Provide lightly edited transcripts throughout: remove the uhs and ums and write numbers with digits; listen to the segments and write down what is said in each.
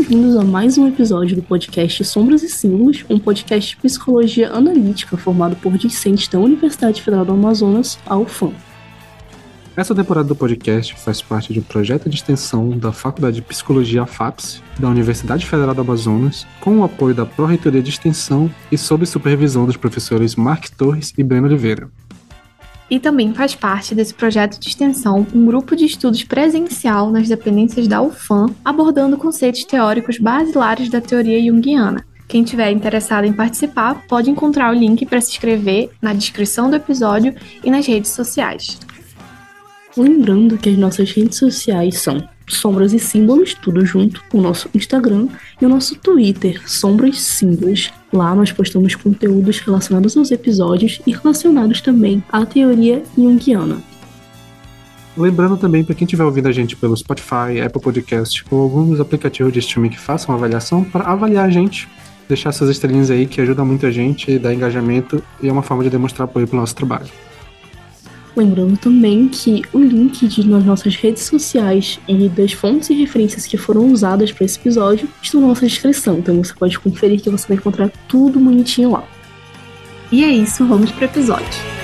bem-vindos a mais um episódio do podcast Sombras e Símbolos, um podcast de psicologia analítica formado por discentes da Universidade Federal do Amazonas, a UFAM. Essa temporada do podcast faz parte de um projeto de extensão da Faculdade de Psicologia FAPS, da Universidade Federal do Amazonas, com o apoio da Pró-Reitoria de Extensão e sob supervisão dos professores Mark Torres e Breno Oliveira. E também faz parte desse projeto de extensão um grupo de estudos presencial nas dependências da UFAM, abordando conceitos teóricos basilares da teoria junguiana. Quem tiver interessado em participar, pode encontrar o link para se inscrever na descrição do episódio e nas redes sociais. Lembrando que as nossas redes sociais são Sombras e Símbolos, tudo junto, o nosso Instagram e o nosso Twitter, Sombras Símbolos. Lá nós postamos conteúdos relacionados aos episódios e relacionados também à teoria junguiana. Lembrando também, para quem estiver ouvindo a gente pelo Spotify, Apple Podcast ou algum dos aplicativos de streaming que façam avaliação, para avaliar a gente, deixar essas estrelinhas aí que ajuda muito a gente, dá engajamento e é uma forma de demonstrar apoio para o nosso trabalho. Lembrando também que o link nas nossas redes sociais e das fontes e referências que foram usadas para esse episódio estão na nossa descrição, então você pode conferir que você vai encontrar tudo bonitinho lá. E é isso, vamos pro episódio.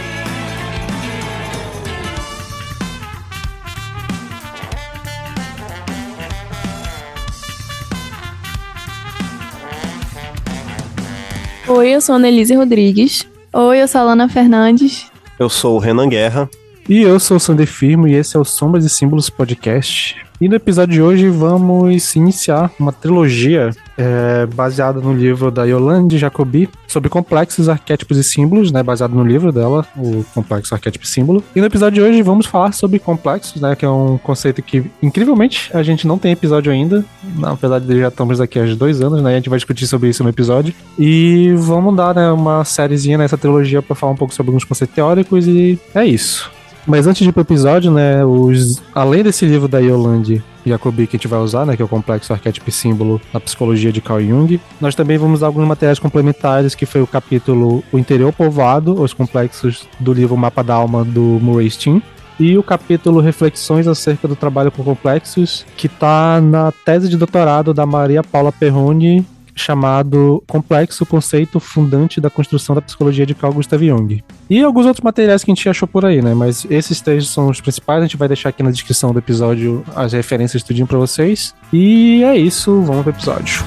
Oi, eu sou a Annelise Rodrigues. Oi, eu sou a Alana Fernandes. Eu sou o Renan Guerra. E eu sou o Sander Firmo e esse é o Sombras e Símbolos Podcast. E no episódio de hoje vamos iniciar uma trilogia baseada no livro da Yolande Jacobi sobre complexos, arquétipos e símbolos, né, baseado no livro dela, o Complexo, Arquétipo e Símbolo. E no episódio de hoje vamos falar sobre complexos, né, que é um conceito que, incrivelmente, a gente não tem episódio ainda. Na verdade, já estamos aqui há 2 anos, né, a gente vai discutir sobre isso no episódio. E vamos dar, né, uma sériezinha nessa trilogia para falar um pouco sobre alguns conceitos teóricos e é isso. Mas antes de ir pro episódio, né, além desse livro da Yolande Jacobi que a gente vai usar, né, que é o Complexo, Arquétipo e Símbolo na Psicologia de Carl Jung, nós também vamos usar alguns materiais complementares, que foi o capítulo O Interior Povoado, os complexos do livro Mapa da Alma, do Murray Steen, e o capítulo Reflexões acerca do trabalho com complexos, que está na tese de doutorado da Maria Paula Perrone, chamado Complexo, Conceito Fundante da Construção da Psicologia de Carl Gustav Jung. E alguns outros materiais que a gente achou por aí, né? Mas esses 3 são os principais. A gente vai deixar aqui na descrição do episódio as referências tudinho pra vocês. E é isso, vamos pro episódio.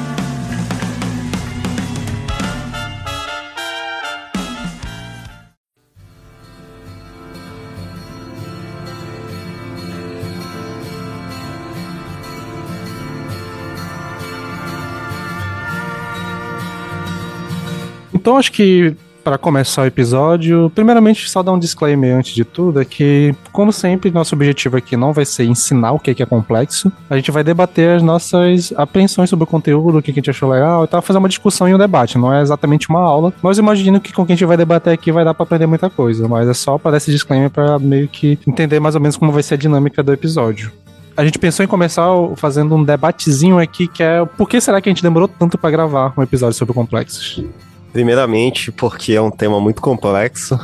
Então acho que para começar o episódio, primeiramente só dar um disclaimer antes de tudo, é que, como sempre, nosso objetivo aqui não vai ser ensinar o que é complexo, a gente vai debater as nossas apreensões sobre o conteúdo, o que a gente achou legal, e tal, fazer uma discussão e um debate, não é exatamente uma aula, mas imagino que com quem a gente vai debater aqui vai dar para aprender muita coisa, mas é só para esse disclaimer para meio que entender mais ou menos como vai ser a dinâmica do episódio. A gente pensou em começar fazendo um debatezinho aqui, que é por que será que a gente demorou tanto para gravar um episódio sobre complexos? Primeiramente, porque é um tema muito complexo,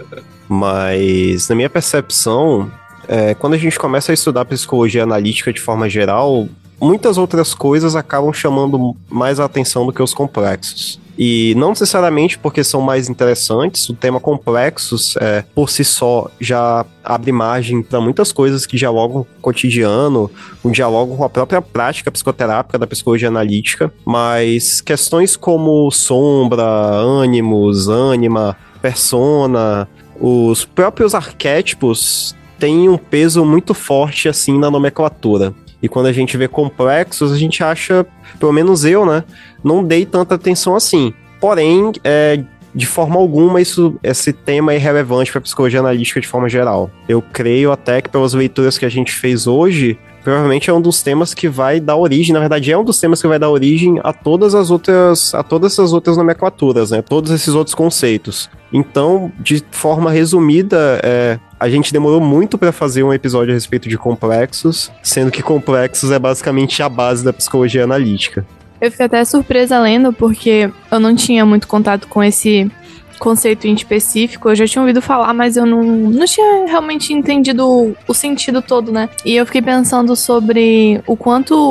mas na minha percepção, quando a gente começa a estudar psicologia analítica de forma geral, muitas outras coisas acabam chamando mais a atenção do que os complexos. E não necessariamente porque são mais interessantes, o tema complexos, por si só, já abre margem para muitas coisas que dialogam com o cotidiano, dialogam com a própria prática psicoterápica da psicologia analítica, mas questões como sombra, ânimos, ânima, persona, os próprios arquétipos têm um peso muito forte assim na nomenclatura. E quando a gente vê complexos, a gente acha, pelo menos eu, né, não dei tanta atenção assim. Porém, de forma alguma, esse tema é irrelevante para a psicologia analítica de forma geral. Eu creio até que pelas leituras que a gente fez hoje, provavelmente é um dos temas que vai dar origem, na verdade é um dos temas que vai dar origem a todas essas outras nomenclaturas, né, todos esses outros conceitos. Então, de forma resumida, a gente demorou muito para fazer um episódio a respeito de complexos, sendo que complexos é basicamente a base da psicologia analítica. Eu fiquei até surpresa lendo, porque eu não tinha muito contato com esse conceito em específico. Eu já tinha ouvido falar, mas eu não tinha realmente entendido o sentido todo, né? E eu fiquei pensando sobre o quanto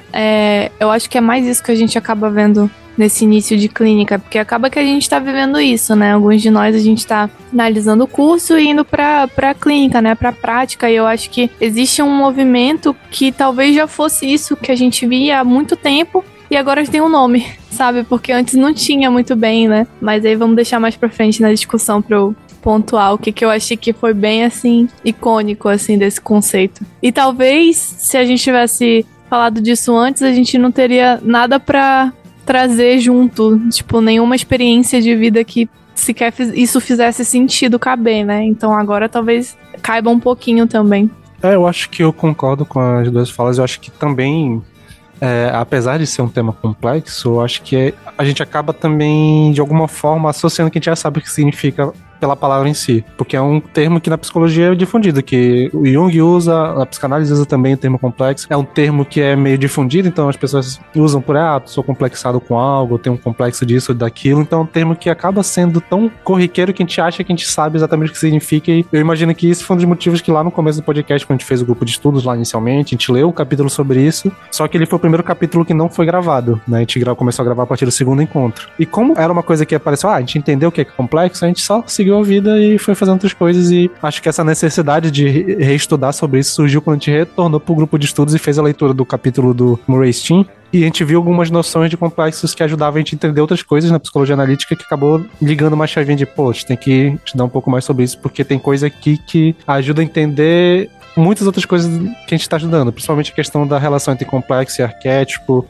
eu acho que é mais isso que a gente acaba vendo nesse início de clínica, porque acaba que a gente tá vivendo isso, né? Alguns de nós, a gente tá finalizando o curso e indo pra clínica, né? Pra prática, e eu acho que existe um movimento que talvez já fosse isso que a gente via há muito tempo, e agora tem um nome, sabe? Porque antes não tinha muito bem, né? Mas aí vamos deixar mais pra frente na discussão pra eu pontuar o que eu achei que foi bem, assim, icônico, assim, desse conceito. E talvez, se a gente tivesse falado disso antes, a gente não teria nada pra trazer junto, tipo, nenhuma experiência de vida que sequer isso fizesse sentido caber, né? Então agora talvez caiba um pouquinho também. Eu acho que eu concordo com as duas falas. Eu acho que também, apesar de ser um tema complexo, eu acho que a gente acaba também, de alguma forma, associando que a gente já sabe o que significa pela palavra em si, porque é um termo que na psicologia é difundido, que o Jung usa, a psicanálise usa também o termo complexo, é um termo que é meio difundido, então as pessoas usam por, sou complexado com algo, tenho um complexo disso ou daquilo, então é um termo que acaba sendo tão corriqueiro que a gente acha que a gente sabe exatamente o que significa, e eu imagino que isso foi um dos motivos que lá no começo do podcast, quando a gente fez o grupo de estudos lá inicialmente, a gente leu um capítulo sobre isso, só que ele foi o primeiro capítulo que não foi gravado, né, a gente começou a gravar a partir do segundo encontro, e como era uma coisa que apareceu, a gente entendeu o que é complexo, a gente só seguiu a vida e foi fazendo outras coisas, e acho que essa necessidade de reestudar sobre isso surgiu quando a gente retornou pro grupo de estudos e fez a leitura do capítulo do Murray Steen, e a gente viu algumas noções de complexos que ajudavam a gente a entender outras coisas na psicologia analítica, que acabou ligando uma chavinha de, a gente tem que estudar um pouco mais sobre isso, porque tem coisa aqui que ajuda a entender muitas outras coisas que a gente está ajudando, principalmente a questão da relação entre complexo e arquétipo,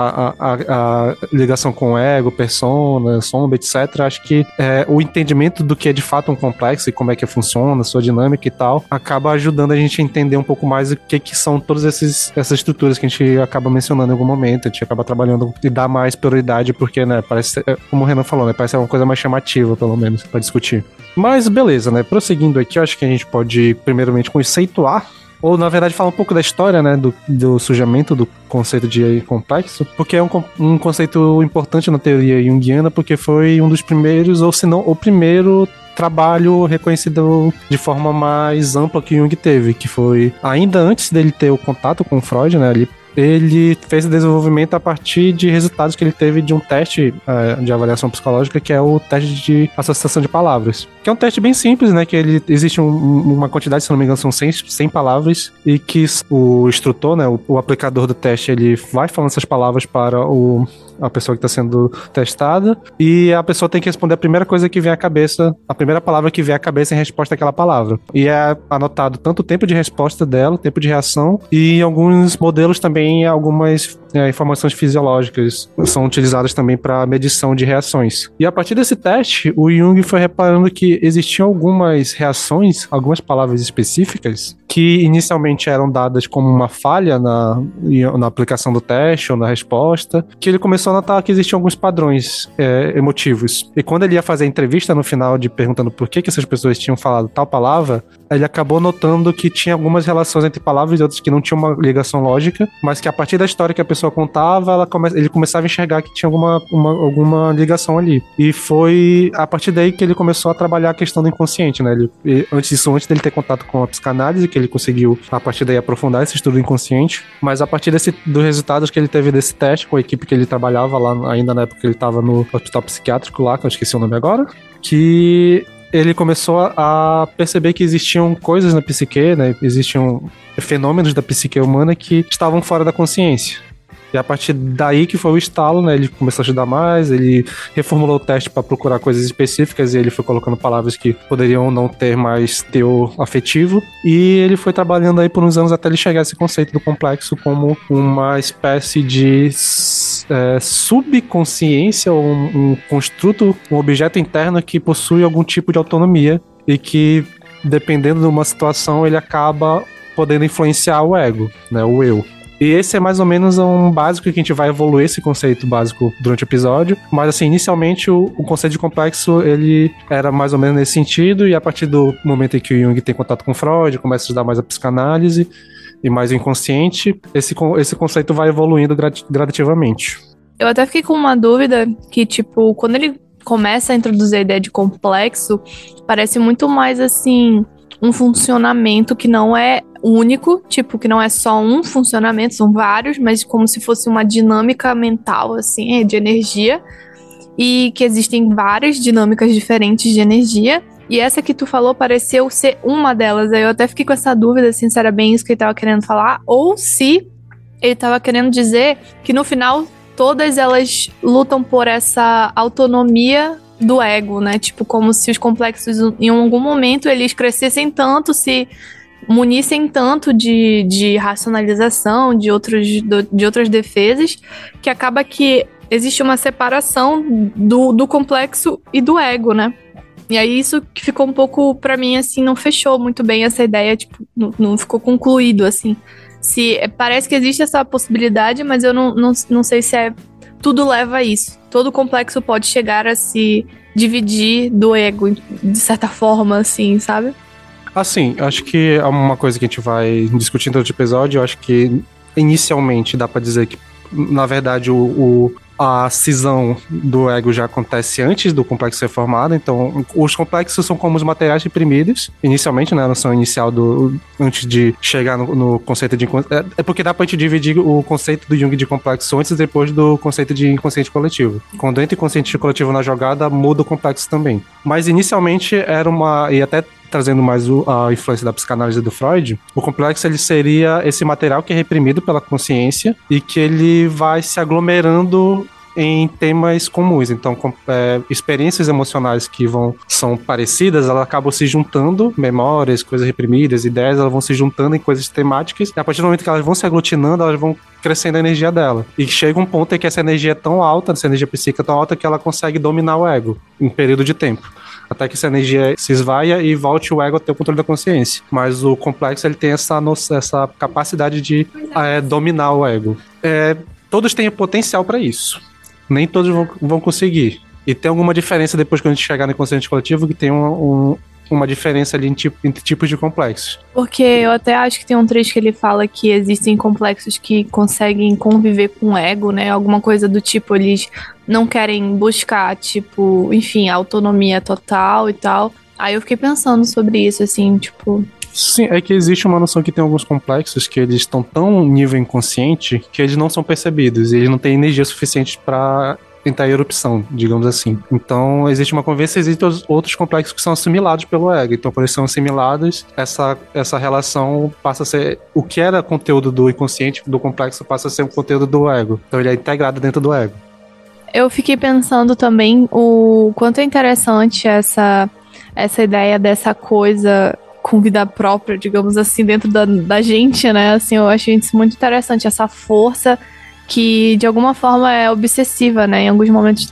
a ligação com o ego, persona, sombra, etc. Acho que o entendimento do que é de fato um complexo e como é que funciona, sua dinâmica e tal, acaba ajudando a gente a entender um pouco mais o que são todas essas estruturas que a gente acaba mencionando em algum momento, a gente acaba trabalhando e dá mais prioridade, porque, né, parece, como o Renan falou, né, parece ser uma coisa mais chamativa, pelo menos, para discutir. Mas beleza, né, prosseguindo aqui, eu acho que a gente pode primeiramente conceituar, ou na verdade falar um pouco da história, né, do surgimento do conceito de complexo, porque é um conceito importante na teoria junguiana, porque foi um dos primeiros, ou se não, o primeiro trabalho reconhecido de forma mais ampla que Jung teve, que foi ainda antes dele ter o contato com Freud, né, ele fez o desenvolvimento a partir de resultados que ele teve de um teste de avaliação psicológica, que é o teste de associação de palavras. Que é um teste bem simples, né? Que existe uma quantidade, se não me engano, são 100 palavras, e que o instrutor, né? O aplicador do teste, ele vai falando essas palavras para a pessoa que está sendo testada, e a pessoa tem que responder a primeira coisa que vem à cabeça, a primeira palavra que vem à cabeça em resposta àquela palavra. E é anotado tanto o tempo de resposta dela, o tempo de reação, e em alguns modelos também algumas informações fisiológicas são utilizadas também para medição de reações. E a partir desse teste, o Jung foi reparando que existiam algumas reações, algumas palavras específicas, que inicialmente eram dadas como uma falha na aplicação do teste ou na resposta, que ele começou a notar que existiam alguns padrões emotivos. E quando ele ia fazer a entrevista no final, perguntando por que essas pessoas tinham falado tal palavra, ele acabou notando que tinha algumas relações entre palavras e outras que não tinham uma ligação lógica, mas que a partir da história que a pessoa contava, ele começava a enxergar que tinha alguma ligação ali. E foi a partir daí que ele começou a trabalhar a questão do inconsciente, né? Antes dele ter contato com a psicanálise, que ele conseguiu, a partir daí, aprofundar esse estudo inconsciente, mas a partir dos resultados que ele teve desse teste com a equipe que ele trabalhava lá, ainda na época que ele estava no hospital psiquiátrico lá, que eu esqueci o nome agora, que ele começou a perceber que existiam coisas na psique, né? Existiam fenômenos da psique humana que estavam fora da consciência. E a partir daí que foi o estalo, né? Ele começou a estudar mais, ele reformulou o teste para procurar coisas específicas e ele foi colocando palavras que poderiam não ter mais teor afetivo. E ele foi trabalhando aí por uns anos até ele chegar a esse conceito do complexo como uma espécie de subconsciência, ou um construto, um objeto interno que possui algum tipo de autonomia e que, dependendo de uma situação, ele acaba podendo influenciar o ego, né? O eu. E esse é mais ou menos um básico que a gente vai evoluir esse conceito básico durante o episódio, mas assim, inicialmente o conceito de complexo, ele era mais ou menos nesse sentido, e a partir do momento em que o Jung tem contato com Freud, começa a estudar mais a psicanálise e mais o inconsciente, esse conceito vai evoluindo gradativamente. Eu até fiquei com uma dúvida que, tipo, quando ele começa a introduzir a ideia de complexo, parece muito mais, assim, um funcionamento que não é único, tipo, que não é só um funcionamento, são vários, mas como se fosse uma dinâmica mental, assim, de energia, e que existem várias dinâmicas diferentes de energia, e essa que tu falou pareceu ser uma delas. Aí eu até fiquei com essa dúvida, assim, se era bem isso que ele tava querendo falar, ou se ele tava querendo dizer que no final todas elas lutam por essa autonomia do ego, né? Tipo, como se os complexos em algum momento eles crescessem tanto, se munissem tanto de racionalização, de outras defesas, que acaba que existe uma separação do complexo e do ego, né? E aí isso que ficou um pouco, pra mim, assim, não fechou muito bem essa ideia, tipo, não ficou concluído, assim. Parece que existe essa possibilidade, mas eu não sei se tudo leva a isso. Todo complexo pode chegar a se dividir do ego, de certa forma, assim, sabe? Assim, acho que é uma coisa que a gente vai discutir em outro episódio. Eu acho que inicialmente dá pra dizer que, na verdade, a cisão do ego já acontece antes do complexo ser formado. Então, os complexos são como os materiais reprimidos, inicialmente, né? A noção inicial antes de chegar no conceito de... É porque dá pra gente dividir o conceito do Jung de complexo antes e depois do conceito de inconsciente coletivo. Quando entra inconsciente coletivo na jogada, muda o complexo também. Mas, inicialmente, era e até trazendo mais a influência da psicanálise do Freud, o complexo ele seria esse material que é reprimido pela consciência e que ele vai se aglomerando em temas comuns. Então, experiências emocionais que são parecidas, elas acabam se juntando, memórias, coisas reprimidas, ideias, elas vão se juntando em coisas temáticas, e a partir do momento que elas vão se aglutinando, elas vão crescendo a energia dela. E chega um ponto em que essa energia é tão alta, essa energia psíquica é tão alta, que ela consegue dominar o ego em um período de tempo. Até que essa energia se esvaia e volte o ego a ter o controle da consciência. Mas o complexo, ele tem essa capacidade de dominar o ego. Todos têm potencial para isso. Nem todos vão conseguir. E tem alguma diferença depois que a gente chegar no inconsciente coletivo, que tem uma diferença ali entre tipos de complexos. Porque eu até acho que tem um trecho que ele fala que existem complexos que conseguem conviver com o ego, né? Alguma coisa do tipo, eles não querem buscar, tipo, enfim, autonomia total e tal. Aí eu fiquei pensando sobre isso, assim, tipo... Sim, é que existe uma noção que tem alguns complexos que eles estão tão nível inconsciente que eles não são percebidos, e eles não têm energia suficiente para entrar em erupção, digamos assim. Então, existe uma convivência, existem outros complexos que são assimilados pelo ego. Então, por eles são assimilados, essa relação passa a ser... O que era conteúdo do inconsciente, do complexo, passa a ser um conteúdo do ego. Então, ele é integrado dentro do ego. Eu fiquei pensando também o quanto é interessante essa ideia dessa coisa com vida própria, digamos assim, dentro da gente, né? Assim, eu achei isso muito interessante, essa força que, de alguma forma, é obsessiva, né? Em alguns momentos,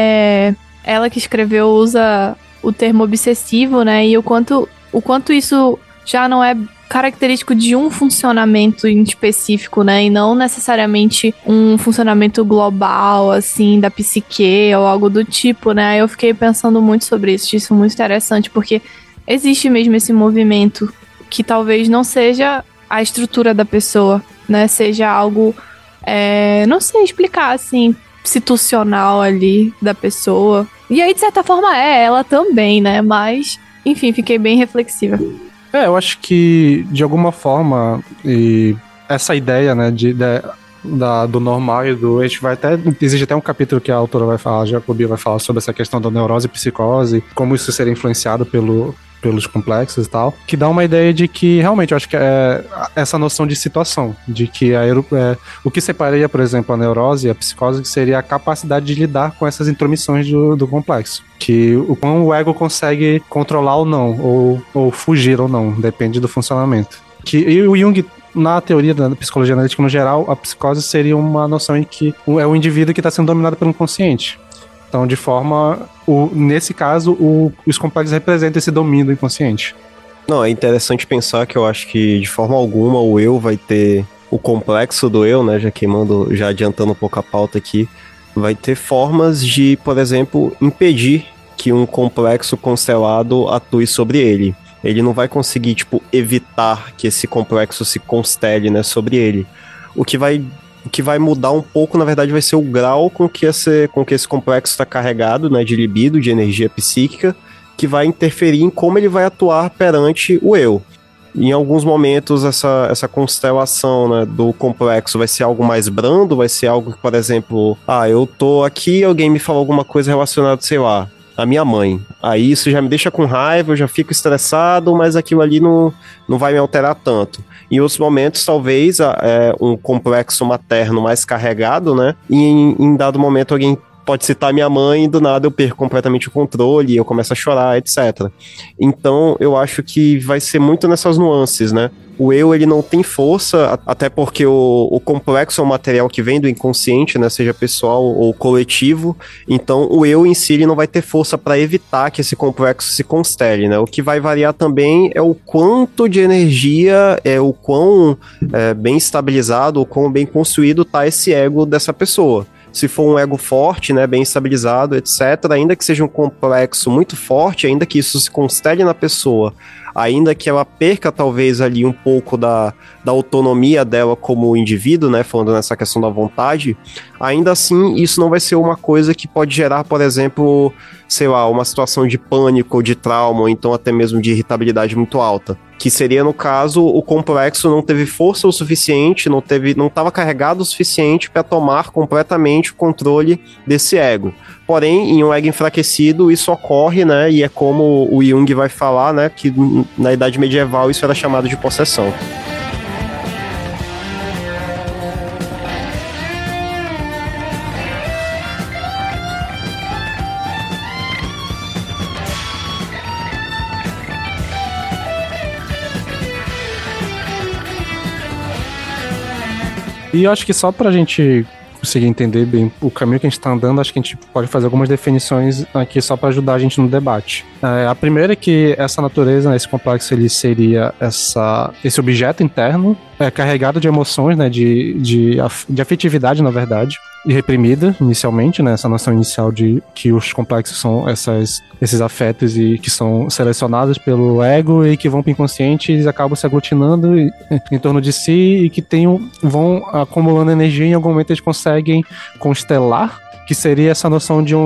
ela que escreveu usa o termo obsessivo, né? E o quanto isso já não é característico de um funcionamento em específico, né? E não necessariamente um funcionamento global, assim, da psique ou algo do tipo, né? Eu fiquei pensando muito sobre isso, achei isso muito interessante, porque existe mesmo esse movimento que talvez não seja a estrutura da pessoa, né? Seja algo, não sei explicar, assim, institucional ali da pessoa. E aí, de certa forma, ela também, né? Mas, enfim, fiquei bem reflexiva. Eu acho que, de alguma forma, essa ideia, né, do normal e do... Existe até um capítulo que a autora vai falar, a Jacobi vai falar sobre essa questão da neurose e psicose, como isso seria influenciado pelos complexos e tal, que dá uma ideia de que, realmente, eu acho que é essa noção de situação, de que o que separaria, por exemplo, a neurose e a psicose seria a capacidade de lidar com essas intromissões do complexo. Que o quão o ego consegue controlar ou não, ou fugir ou não, depende do funcionamento. E o Jung, na teoria da psicologia analítica no geral, a psicose seria uma noção em que é o indivíduo que está sendo dominado pelo inconsciente. Então, de forma... nesse caso, os complexos representam esse domínio do inconsciente. Não, é interessante pensar que eu acho que, de forma alguma, o eu vai ter... O complexo do eu, né, já adiantando um pouco a pauta aqui, vai ter formas de, por exemplo, impedir que um complexo constelado atue sobre ele. Ele não vai conseguir, tipo, evitar que esse complexo se constele, né, sobre ele. O que vai mudar um pouco, na verdade, vai ser o grau com que esse complexo está carregado, né, de libido, de energia psíquica, que vai interferir em como ele vai atuar perante o eu. Em alguns momentos, essa constelação, né, do complexo vai ser algo mais brando, vai ser algo que, por exemplo, eu tô aqui, alguém me falou alguma coisa relacionada, sei lá, a minha mãe. Aí isso já me deixa com raiva, eu já fico estressado, mas aquilo ali não vai me alterar tanto. Em outros momentos, talvez, um complexo materno mais carregado, né? E em dado momento alguém pode citar minha mãe e do nada eu perco completamente o controle, eu começo a chorar, etc. Então, eu acho que vai ser muito nessas nuances, né? O eu, ele não tem força, até porque o complexo é um material que vem do inconsciente, né? Seja pessoal ou coletivo. Então, o eu em si, ele não vai ter força para evitar que esse complexo se constele, né? O que vai variar também é o quanto de energia, o quão bem estabilizado, o quão bem construído tá esse ego dessa pessoa. Se for um ego forte, né, bem estabilizado, etc., ainda que seja um complexo muito forte, ainda que isso se constele na pessoa, ainda que ela perca talvez ali um pouco da autonomia dela como indivíduo, né, falando nessa questão da vontade, ainda assim isso não vai ser uma coisa que pode gerar, por exemplo, sei lá, uma situação de pânico ou de trauma, ou então até mesmo de irritabilidade muito alta. Que seria, no caso, o complexo não teve força o suficiente, não estava carregado o suficiente para tomar completamente o controle desse ego. Porém, em um ego enfraquecido, isso ocorre, né? E é como o Jung vai falar, né? Que na Idade Medieval isso era chamado de possessão. E eu acho que só pra gente conseguir entender bem o caminho que a gente tá andando, acho que a gente pode fazer algumas definições aqui só pra ajudar a gente no debate. A primeira é que essa natureza, né, esse complexo, ele seria esse objeto interno carregado de emoções, né, de afetividade, na verdade, e reprimida inicialmente, né, essa noção inicial de que os complexos são esses afetos e que são selecionados pelo ego e que vão para o inconsciente e acabam se aglutinando em torno de si e que vão acumulando energia e em algum momento eles conseguem constelar, que seria essa noção de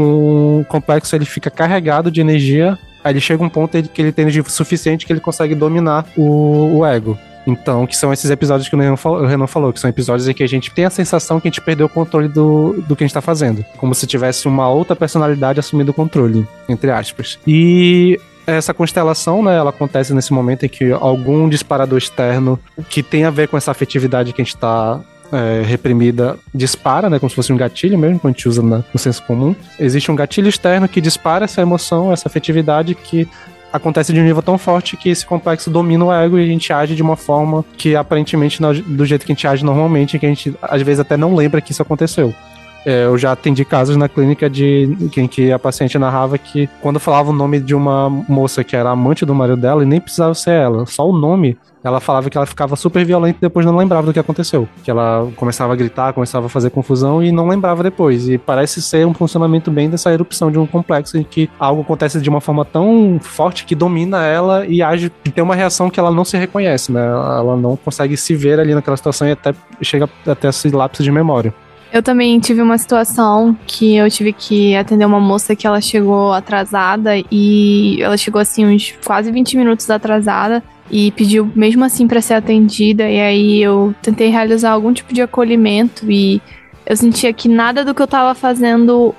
um complexo, ele fica carregado de energia, aí ele chega a um ponto que ele tem energia suficiente que ele consegue dominar o ego. Então, que são esses episódios que o Renan falou, que são episódios em que a gente tem a sensação que a gente perdeu o controle do que a gente tá fazendo. Como se tivesse uma outra personalidade assumindo o controle, entre aspas. E essa constelação, né, ela acontece nesse momento em que algum disparador externo que tem a ver com essa afetividade que a gente tá reprimida dispara, né, como se fosse um gatilho mesmo, que a gente usa no senso comum. Existe um gatilho externo que dispara essa emoção, essa afetividade que acontece de um nível tão forte que esse complexo domina o ego e a gente age de uma forma que aparentemente do jeito que a gente age normalmente, que a gente às vezes até não lembra que isso aconteceu. Eu já atendi casos na clínica em que a paciente narrava que quando falava o nome de uma moça que era amante do marido dela, e nem precisava ser ela, só o nome, ela falava que ela ficava super violenta e depois não lembrava do que aconteceu. Que ela começava a gritar, começava a fazer confusão e não lembrava depois. E parece ser um funcionamento bem dessa erupção de um complexo em que algo acontece de uma forma tão forte que domina ela e age, e tem uma reação que ela não se reconhece, né? Ela não consegue se ver ali naquela situação e até chega até esse lapso de memória. Eu também tive uma situação que eu tive que atender uma moça que ela chegou atrasada e ela chegou assim uns quase 20 minutos atrasada e pediu mesmo assim para ser atendida, e aí eu tentei realizar algum tipo de acolhimento e eu sentia que nada do que eu tava fazendo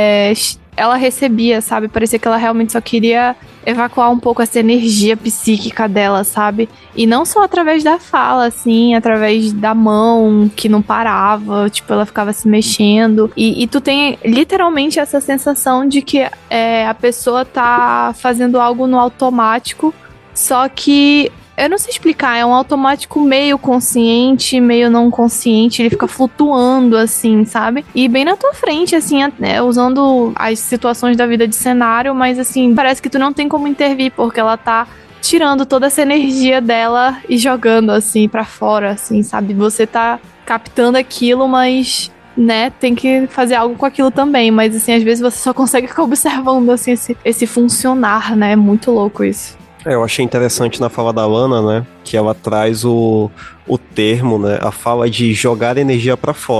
ela recebia, sabe? Parecia que ela realmente só queria evacuar um pouco essa energia psíquica dela, sabe? E não só através da fala, assim, através da mão que não parava, tipo, ela ficava se mexendo. E tu tem literalmente essa sensação de que a pessoa tá fazendo algo no automático, só que eu não sei explicar, é um automático meio consciente, meio não consciente, ele fica flutuando, assim, sabe? E bem na tua frente, assim, usando as situações da vida de cenário, mas, assim, parece que tu não tem como intervir, porque ela tá tirando toda essa energia dela e jogando, assim, pra fora, assim, sabe? Você tá captando aquilo, mas, né, tem que fazer algo com aquilo também, mas, assim, às vezes você só consegue ficar observando, assim, esse funcionar, né? É muito louco isso. Eu achei interessante na fala da Lana, né, que ela traz o termo, né, a fala de jogar energia pra fora.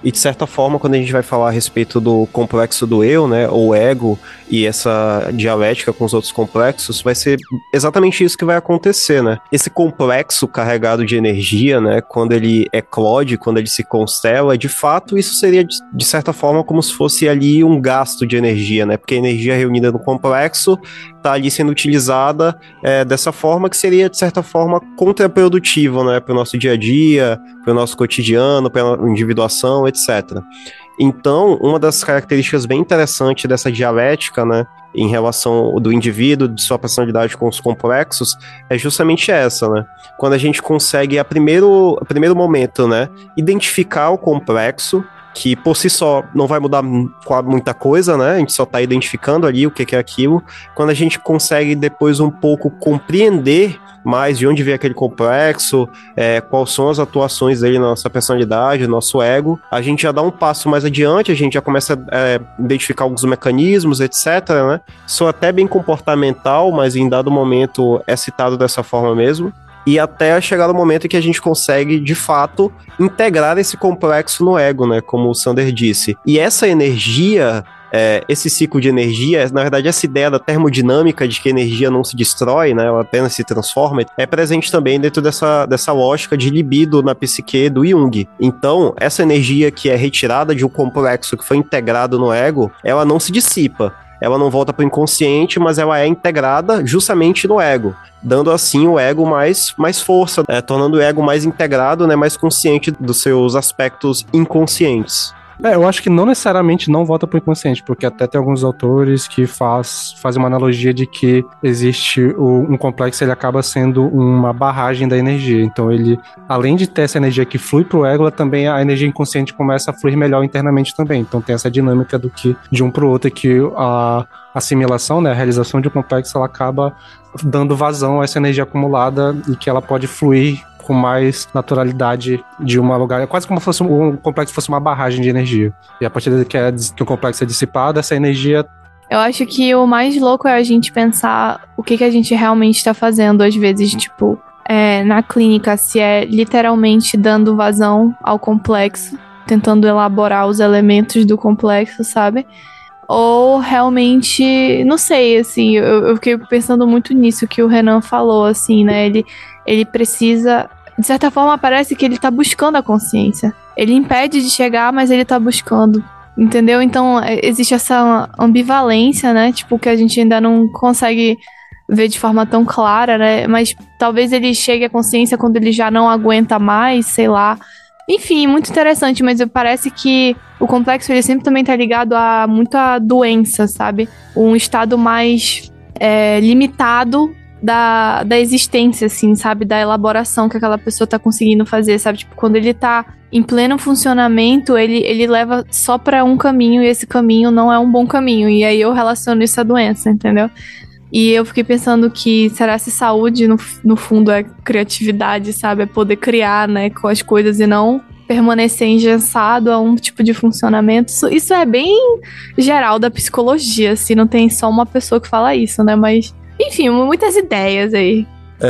E de certa forma, quando a gente vai falar a respeito do complexo do eu, né, ou ego, e essa dialética com os outros complexos, vai ser exatamente isso que vai acontecer, né? Esse complexo carregado de energia, né, quando ele eclode, quando ele se constela, de fato, isso seria, de certa forma, como se fosse ali um gasto de energia, né? Porque a energia reunida no complexo está ali sendo utilizada dessa forma que seria, de certa forma, contraprodutiva, né, para o nosso dia a dia, para o nosso cotidiano, para a individuação, etc. Então, uma das características bem interessantes dessa dialética, né, em relação do indivíduo, de sua personalidade com os complexos, é justamente essa, né? Quando a gente consegue, a primeiro momento, né, identificar o complexo, que por si só não vai mudar muita coisa, né? A gente só tá identificando ali o que é aquilo. Quando a gente consegue depois um pouco compreender mais de onde vem aquele complexo, quais são as atuações dele na nossa personalidade, no nosso ego, a gente já dá um passo mais adiante, a gente já começa a identificar alguns mecanismos, etc, né? Sou até bem comportamental, mas em dado momento é citado dessa forma mesmo. E até chegar no momento em que a gente consegue, de fato, integrar esse complexo no ego, né? Como o Sander disse. E essa energia, esse ciclo de energia, na verdade, essa ideia da termodinâmica de que a energia não se destrói, né? Ela apenas se transforma, é presente também dentro dessa lógica de libido na psique do Jung. Então, essa energia que é retirada de um complexo que foi integrado no ego, ela não se dissipa. Ela não volta para o inconsciente, mas ela é integrada justamente no ego, dando assim o ego mais força, tornando o ego mais integrado, né, mais consciente dos seus aspectos inconscientes. Eu acho que não necessariamente não volta pro inconsciente, porque até tem alguns autores que fazem uma analogia de que existe um complexo, ele acaba sendo uma barragem da energia. Então ele, além de ter essa energia que flui pro ego, também a energia inconsciente começa a fluir melhor internamente também. Então tem essa dinâmica do que de um pro outro, que a assimilação, né, a realização de um complexo, ela acaba dando vazão a essa energia acumulada e que ela pode fluir com mais naturalidade de um lugar. É quase como se um complexo fosse uma barragem de energia. E a partir de que o complexo é dissipado, essa energia... Eu acho que o mais louco é a gente pensar o que a gente realmente está fazendo, às vezes, tipo, na clínica, se é literalmente dando vazão ao complexo, tentando elaborar os elementos do complexo, sabe? Ou realmente, não sei, assim, eu fiquei pensando muito nisso que o Renan falou, assim, né? Ele precisa, de certa forma, parece que ele tá buscando a consciência. Ele impede de chegar, mas ele tá buscando, entendeu? Então, existe essa ambivalência, né? Tipo, que a gente ainda não consegue ver de forma tão clara, né? Mas talvez ele chegue à consciência quando ele já não aguenta mais, sei lá. Enfim, muito interessante, mas parece que o complexo ele sempre também tá ligado a muita doença, sabe? Um estado mais limitado da existência, assim, sabe? Da elaboração que aquela pessoa tá conseguindo fazer, sabe? Tipo, quando ele tá em pleno funcionamento, ele leva só pra um caminho e esse caminho não é um bom caminho. E aí eu relaciono isso à doença, entendeu? E eu fiquei pensando que, será se saúde, no fundo, é criatividade, sabe? É poder criar, né, com as coisas e não permanecer engessado a um tipo de funcionamento. Isso é bem geral da psicologia, assim, não tem só uma pessoa que fala isso, né? Mas, enfim, muitas ideias aí.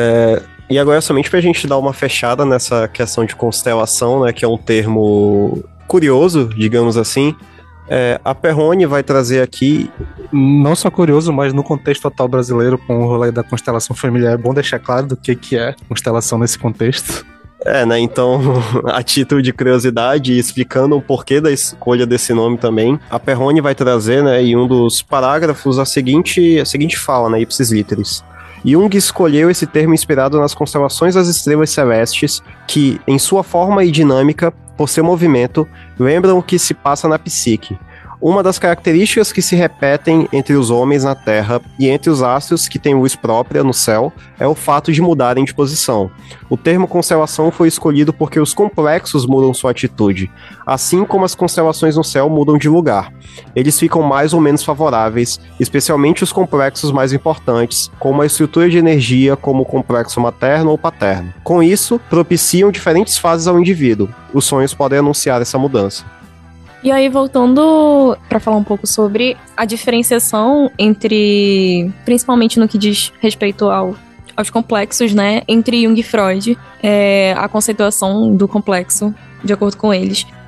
E agora, somente pra gente dar uma fechada nessa questão de constelação, né, que é um termo curioso, digamos assim, a Perrone vai trazer aqui... Não só curioso, mas no contexto atual brasileiro, com o rolê da constelação familiar, é bom deixar claro do que é constelação nesse contexto. Né, então, a título de curiosidade, explicando o porquê da escolha desse nome também, a Perrone vai trazer, né, em um dos parágrafos a seguinte fala, né, ipsis literis. Jung escolheu esse termo inspirado nas constelações das estrelas celestes que, em sua forma e dinâmica, por seu movimento, lembram o que se passa na psique. Uma das características que se repetem entre os homens na Terra e entre os astros que têm luz própria no céu é o fato de mudarem de posição. O termo constelação foi escolhido porque os complexos mudam sua atitude, assim como as constelações no céu mudam de lugar. Eles ficam mais ou menos favoráveis, especialmente os complexos mais importantes, com uma estrutura de energia como o complexo materno ou paterno. Com isso, propiciam diferentes fases ao indivíduo. Os sonhos podem anunciar essa mudança. E aí, voltando para falar um pouco sobre a diferenciação entre, principalmente no que diz respeito aos complexos, né, entre Jung e Freud, a conceituação do complexo, de acordo com eles,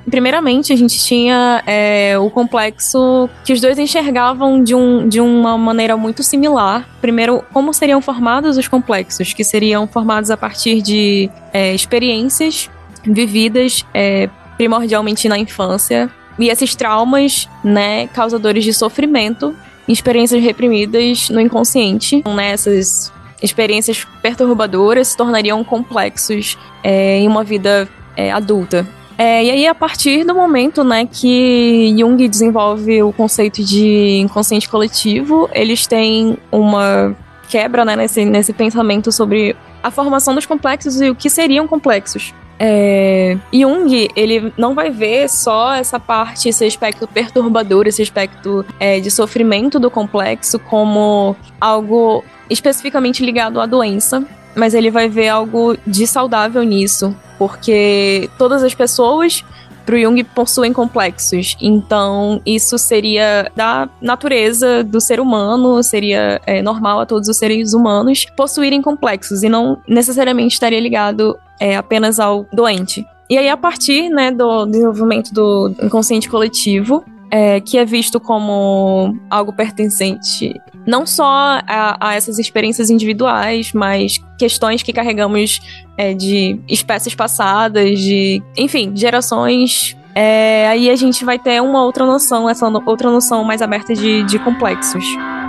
primeiramente, a gente tinha o complexo que os dois enxergavam de uma maneira muito similar. Primeiro, como seriam formados os complexos, que seriam formados a partir de experiências vividas primordialmente na infância. E esses traumas, né, causadores de sofrimento, experiências reprimidas no inconsciente, né, essas experiências perturbadoras se tornariam complexos em uma vida adulta. E aí, a partir do momento, né, que Jung desenvolve o conceito de inconsciente coletivo, eles têm uma quebra, né, nesse pensamento sobre a formação dos complexos e o que seriam complexos. Jung, ele não vai ver só essa parte, esse aspecto perturbador, esse aspecto de sofrimento do complexo como algo especificamente ligado à doença, mas ele vai ver algo de saudável nisso, porque todas as pessoas, pro Jung, possuem complexos. Então, isso seria da natureza do ser humano, seria normal a todos os seres humanos possuírem complexos, e não necessariamente estaria ligado apenas ao doente. E aí, a partir, né, do desenvolvimento do inconsciente coletivo, que é visto como algo pertencente não só a essas experiências individuais, mas questões que carregamos de espécies passadas, de, enfim, gerações. Aí a gente vai ter uma outra noção, essa outra noção mais aberta de complexos.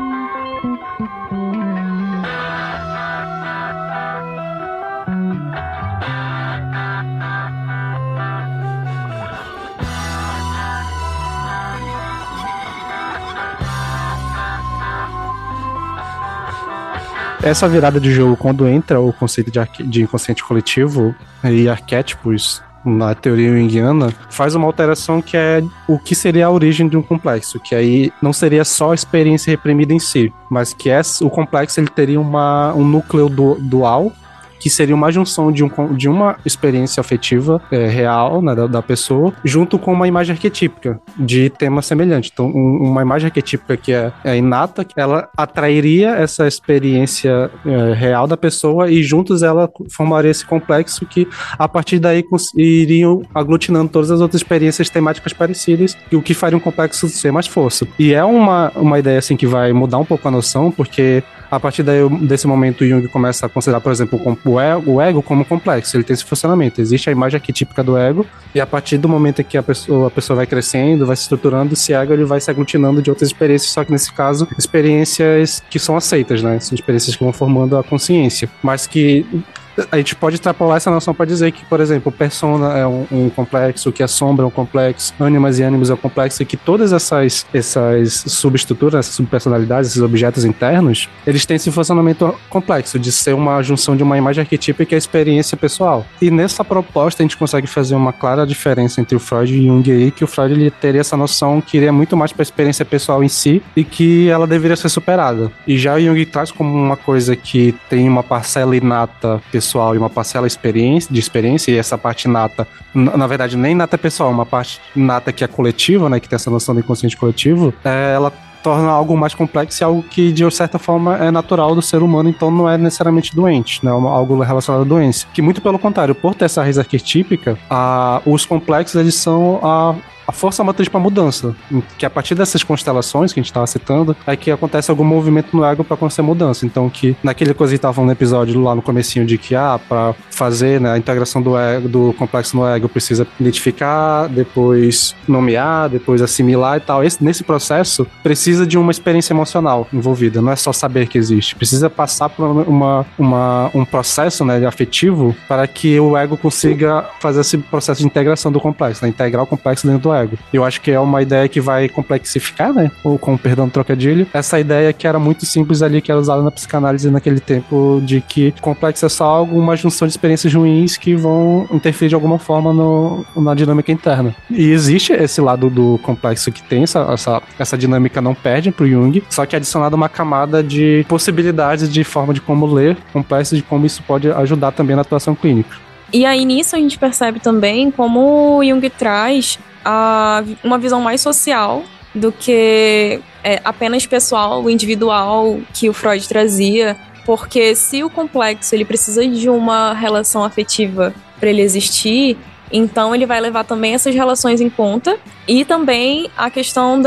Essa virada de jogo, quando entra o conceito de inconsciente coletivo e arquétipos na teoria junguiana, faz uma alteração que é o que seria a origem de um complexo, que aí não seria só a experiência reprimida em si, mas que o complexo ele teria um núcleo dual, que seria uma junção de uma experiência afetiva real, né, da pessoa, junto com uma imagem arquetípica de tema semelhante. Então, uma imagem arquetípica que é inata, ela atrairia essa experiência real da pessoa e juntos ela formaria esse complexo que, a partir daí, iriam aglutinando todas as outras experiências temáticas parecidas, e o que faria um complexo ser mais força. E é uma ideia assim que vai mudar um pouco a noção, porque a partir desse momento, Jung começa a considerar, por exemplo, o ego como complexo. Ele tem esse funcionamento. Existe a imagem arquetípica do ego, e a partir do momento em que a pessoa vai crescendo, vai se estruturando, esse ego ele vai se aglutinando de outras experiências, só que nesse caso, experiências que são aceitas, né? São experiências que vão formando a consciência, mas que a gente pode extrapolar essa noção para dizer que, por exemplo, persona é um complexo, que a sombra é um complexo, ânimas e ânimos é um complexo, e que todas essas subestruturas, essas subpersonalidades, esses objetos internos, eles têm esse funcionamento complexo de ser uma junção de uma imagem arquetípica e a experiência pessoal. E nessa proposta a gente consegue fazer uma clara diferença entre o Freud e Jung aí, que o Freud ele teria essa noção que iria muito mais para a experiência pessoal em si e que ela deveria ser superada. E já o Jung traz como uma coisa que tem uma parcela inata pessoal e uma parcela de experiência, e essa parte inata, na verdade, nem inata pessoal, uma parte inata que é coletiva, né, que tem essa noção do inconsciente coletivo, ela torna algo mais complexo e algo que, de certa forma, é natural do ser humano, então não é necessariamente doente, né, algo relacionado à doença. Que, muito pelo contrário, por ter essa raiz arquetípica, os complexos, eles são a força motriz para mudança, que a partir dessas constelações que a gente estava citando, é que acontece algum movimento no ego para acontecer mudança. Então, que naquele coisa que estava falando no episódio lá no comecinho de que, para fazer, né, a integração do ego, do complexo no ego, precisa identificar, depois nomear, depois assimilar e tal. Nesse processo, precisa de uma experiência emocional envolvida, não é só saber que existe. Precisa passar por um processo, né, afetivo, para que o ego consiga fazer esse processo de integração do complexo, né, integrar o complexo dentro do ego. Eu acho que é uma ideia que vai complexificar, né? Ou com perdão do trocadilho, essa ideia que era muito simples ali, que era usada na psicanálise naquele tempo, de que complexo é só algo, uma junção de experiências ruins que vão interferir de alguma forma na dinâmica interna. E existe esse lado do complexo que tem essa dinâmica não perde pro Jung, só que é adicionada uma camada de possibilidades de forma de como ler complexo, de como isso pode ajudar também na atuação clínica. E aí nisso a gente percebe também como o Jung traz uma visão mais social do que apenas pessoal, individual, que o Freud trazia, porque se o complexo ele precisa de uma relação afetiva para ele existir, Então ele vai levar também essas relações em conta e também a questão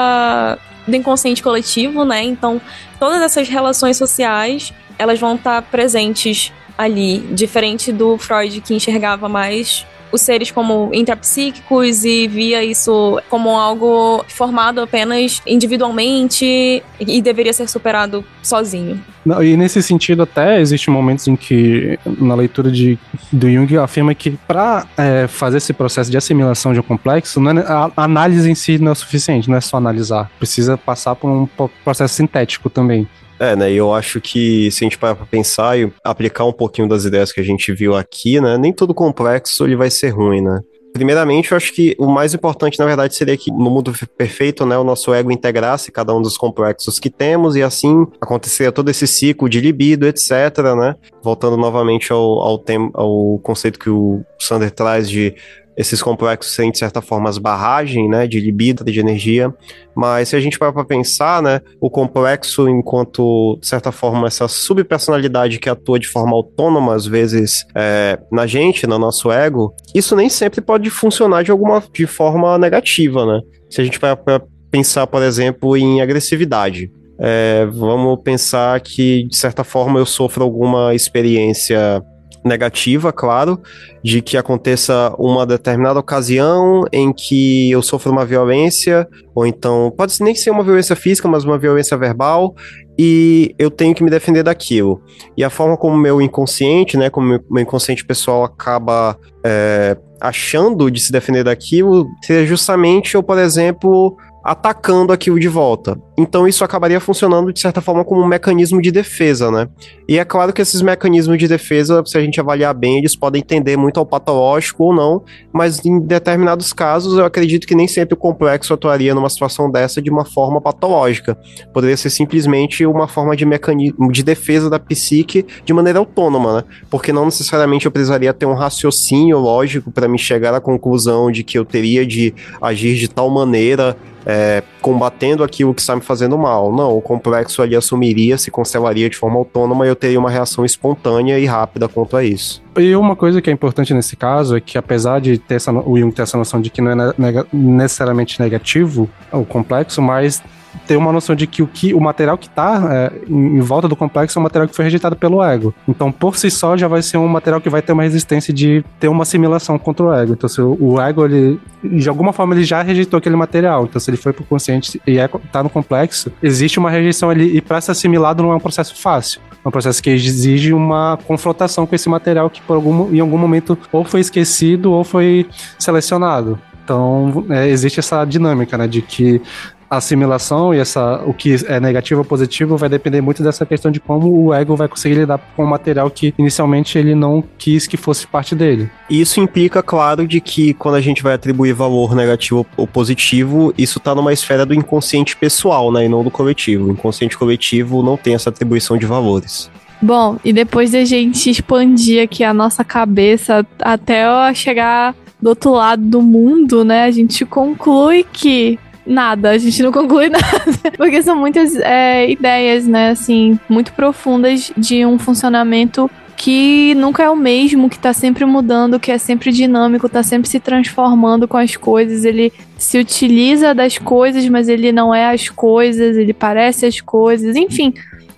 do inconsciente coletivo, né? Então todas essas relações sociais, elas vão estar presentes ali, diferente do Freud, que enxergava mais os seres como intrapsíquicos e via isso como algo formado apenas individualmente e deveria ser superado sozinho. Não, e nesse sentido até existem momentos em que na leitura do Jung afirma que para fazer esse processo de assimilação de um complexo, a análise em si não é o suficiente, não é só analisar, precisa passar por um processo sintético também. Né, e eu acho que se a gente parar pra pensar e aplicar um pouquinho das ideias que a gente viu aqui, né, nem todo complexo ele vai ser ruim, né. Primeiramente, eu acho que o mais importante, na verdade, seria que no mundo perfeito, né, o nosso ego integrasse cada um dos complexos que temos e assim aconteceria todo esse ciclo de libido, etc, né. Voltando novamente ao conceito que o Sander traz de esses complexos serem, de certa forma, as barragens, né, de libido, de energia, mas se a gente parar para pensar, né, o complexo enquanto, de certa forma, essa subpersonalidade que atua de forma autônoma, às vezes, na gente, no nosso ego, isso nem sempre pode funcionar de forma negativa, né, se a gente parar para pensar, por exemplo, em agressividade. Vamos pensar que, de certa forma, eu sofro alguma experiência negativa, claro, de que aconteça uma determinada ocasião em que eu sofro uma violência, ou então pode nem ser uma violência física, mas uma violência verbal, e eu tenho que me defender daquilo. E a forma como meu inconsciente, né, como meu inconsciente pessoal acaba achando de se defender daquilo, seria justamente eu, por exemplo, atacando aquilo de volta. Então isso acabaria funcionando de certa forma como um mecanismo de defesa, né? E é claro que esses mecanismos de defesa, se a gente avaliar bem, eles podem tender muito ao patológico ou não, mas em determinados casos eu acredito que nem sempre o complexo atuaria numa situação dessa de uma forma patológica. Poderia ser simplesmente uma forma de mecanismo de defesa da psique de maneira autônoma, né? Porque não necessariamente eu precisaria ter um raciocínio lógico para me chegar à conclusão de que eu teria de agir de tal maneira combatendo aquilo que está me fazendo mal. Não, o complexo ali assumiria, se cancelaria de forma autônoma e eu teria uma reação espontânea e rápida quanto a isso. E uma coisa que é importante nesse caso é que, apesar de o Jung ter essa noção de que não é necessariamente negativo o complexo, mas ter uma noção de que o material que está em volta do complexo é um material que foi rejeitado pelo ego. Então, por si só, já vai ser um material que vai ter uma resistência de ter uma assimilação contra o ego. Então, se o ego, ele, de alguma forma, ele já rejeitou aquele material. Então, se ele foi pro consciente e está no complexo, existe uma rejeição ali. E para ser assimilado não é um processo fácil. É um processo que exige uma confrontação com esse material que, em algum momento, ou foi esquecido ou foi selecionado. Então, existe essa dinâmica, né, de que a assimilação e o que é negativo ou positivo vai depender muito dessa questão de como o ego vai conseguir lidar com o material que inicialmente ele não quis que fosse parte dele. Isso implica, claro, de que quando a gente vai atribuir valor negativo ou positivo, isso está numa esfera do inconsciente pessoal, né, e não do coletivo. O inconsciente coletivo não tem essa atribuição de valores. Bom, e depois da gente expandir aqui a nossa cabeça até chegar do outro lado do mundo, né, a gente conclui que nada, a gente não conclui nada, porque são muitas ideias, né, assim, muito profundas de um funcionamento que nunca é o mesmo, que tá sempre mudando, que é sempre dinâmico, tá sempre se transformando com as coisas, ele se utiliza das coisas, mas ele não é as coisas, ele parece as coisas, enfim,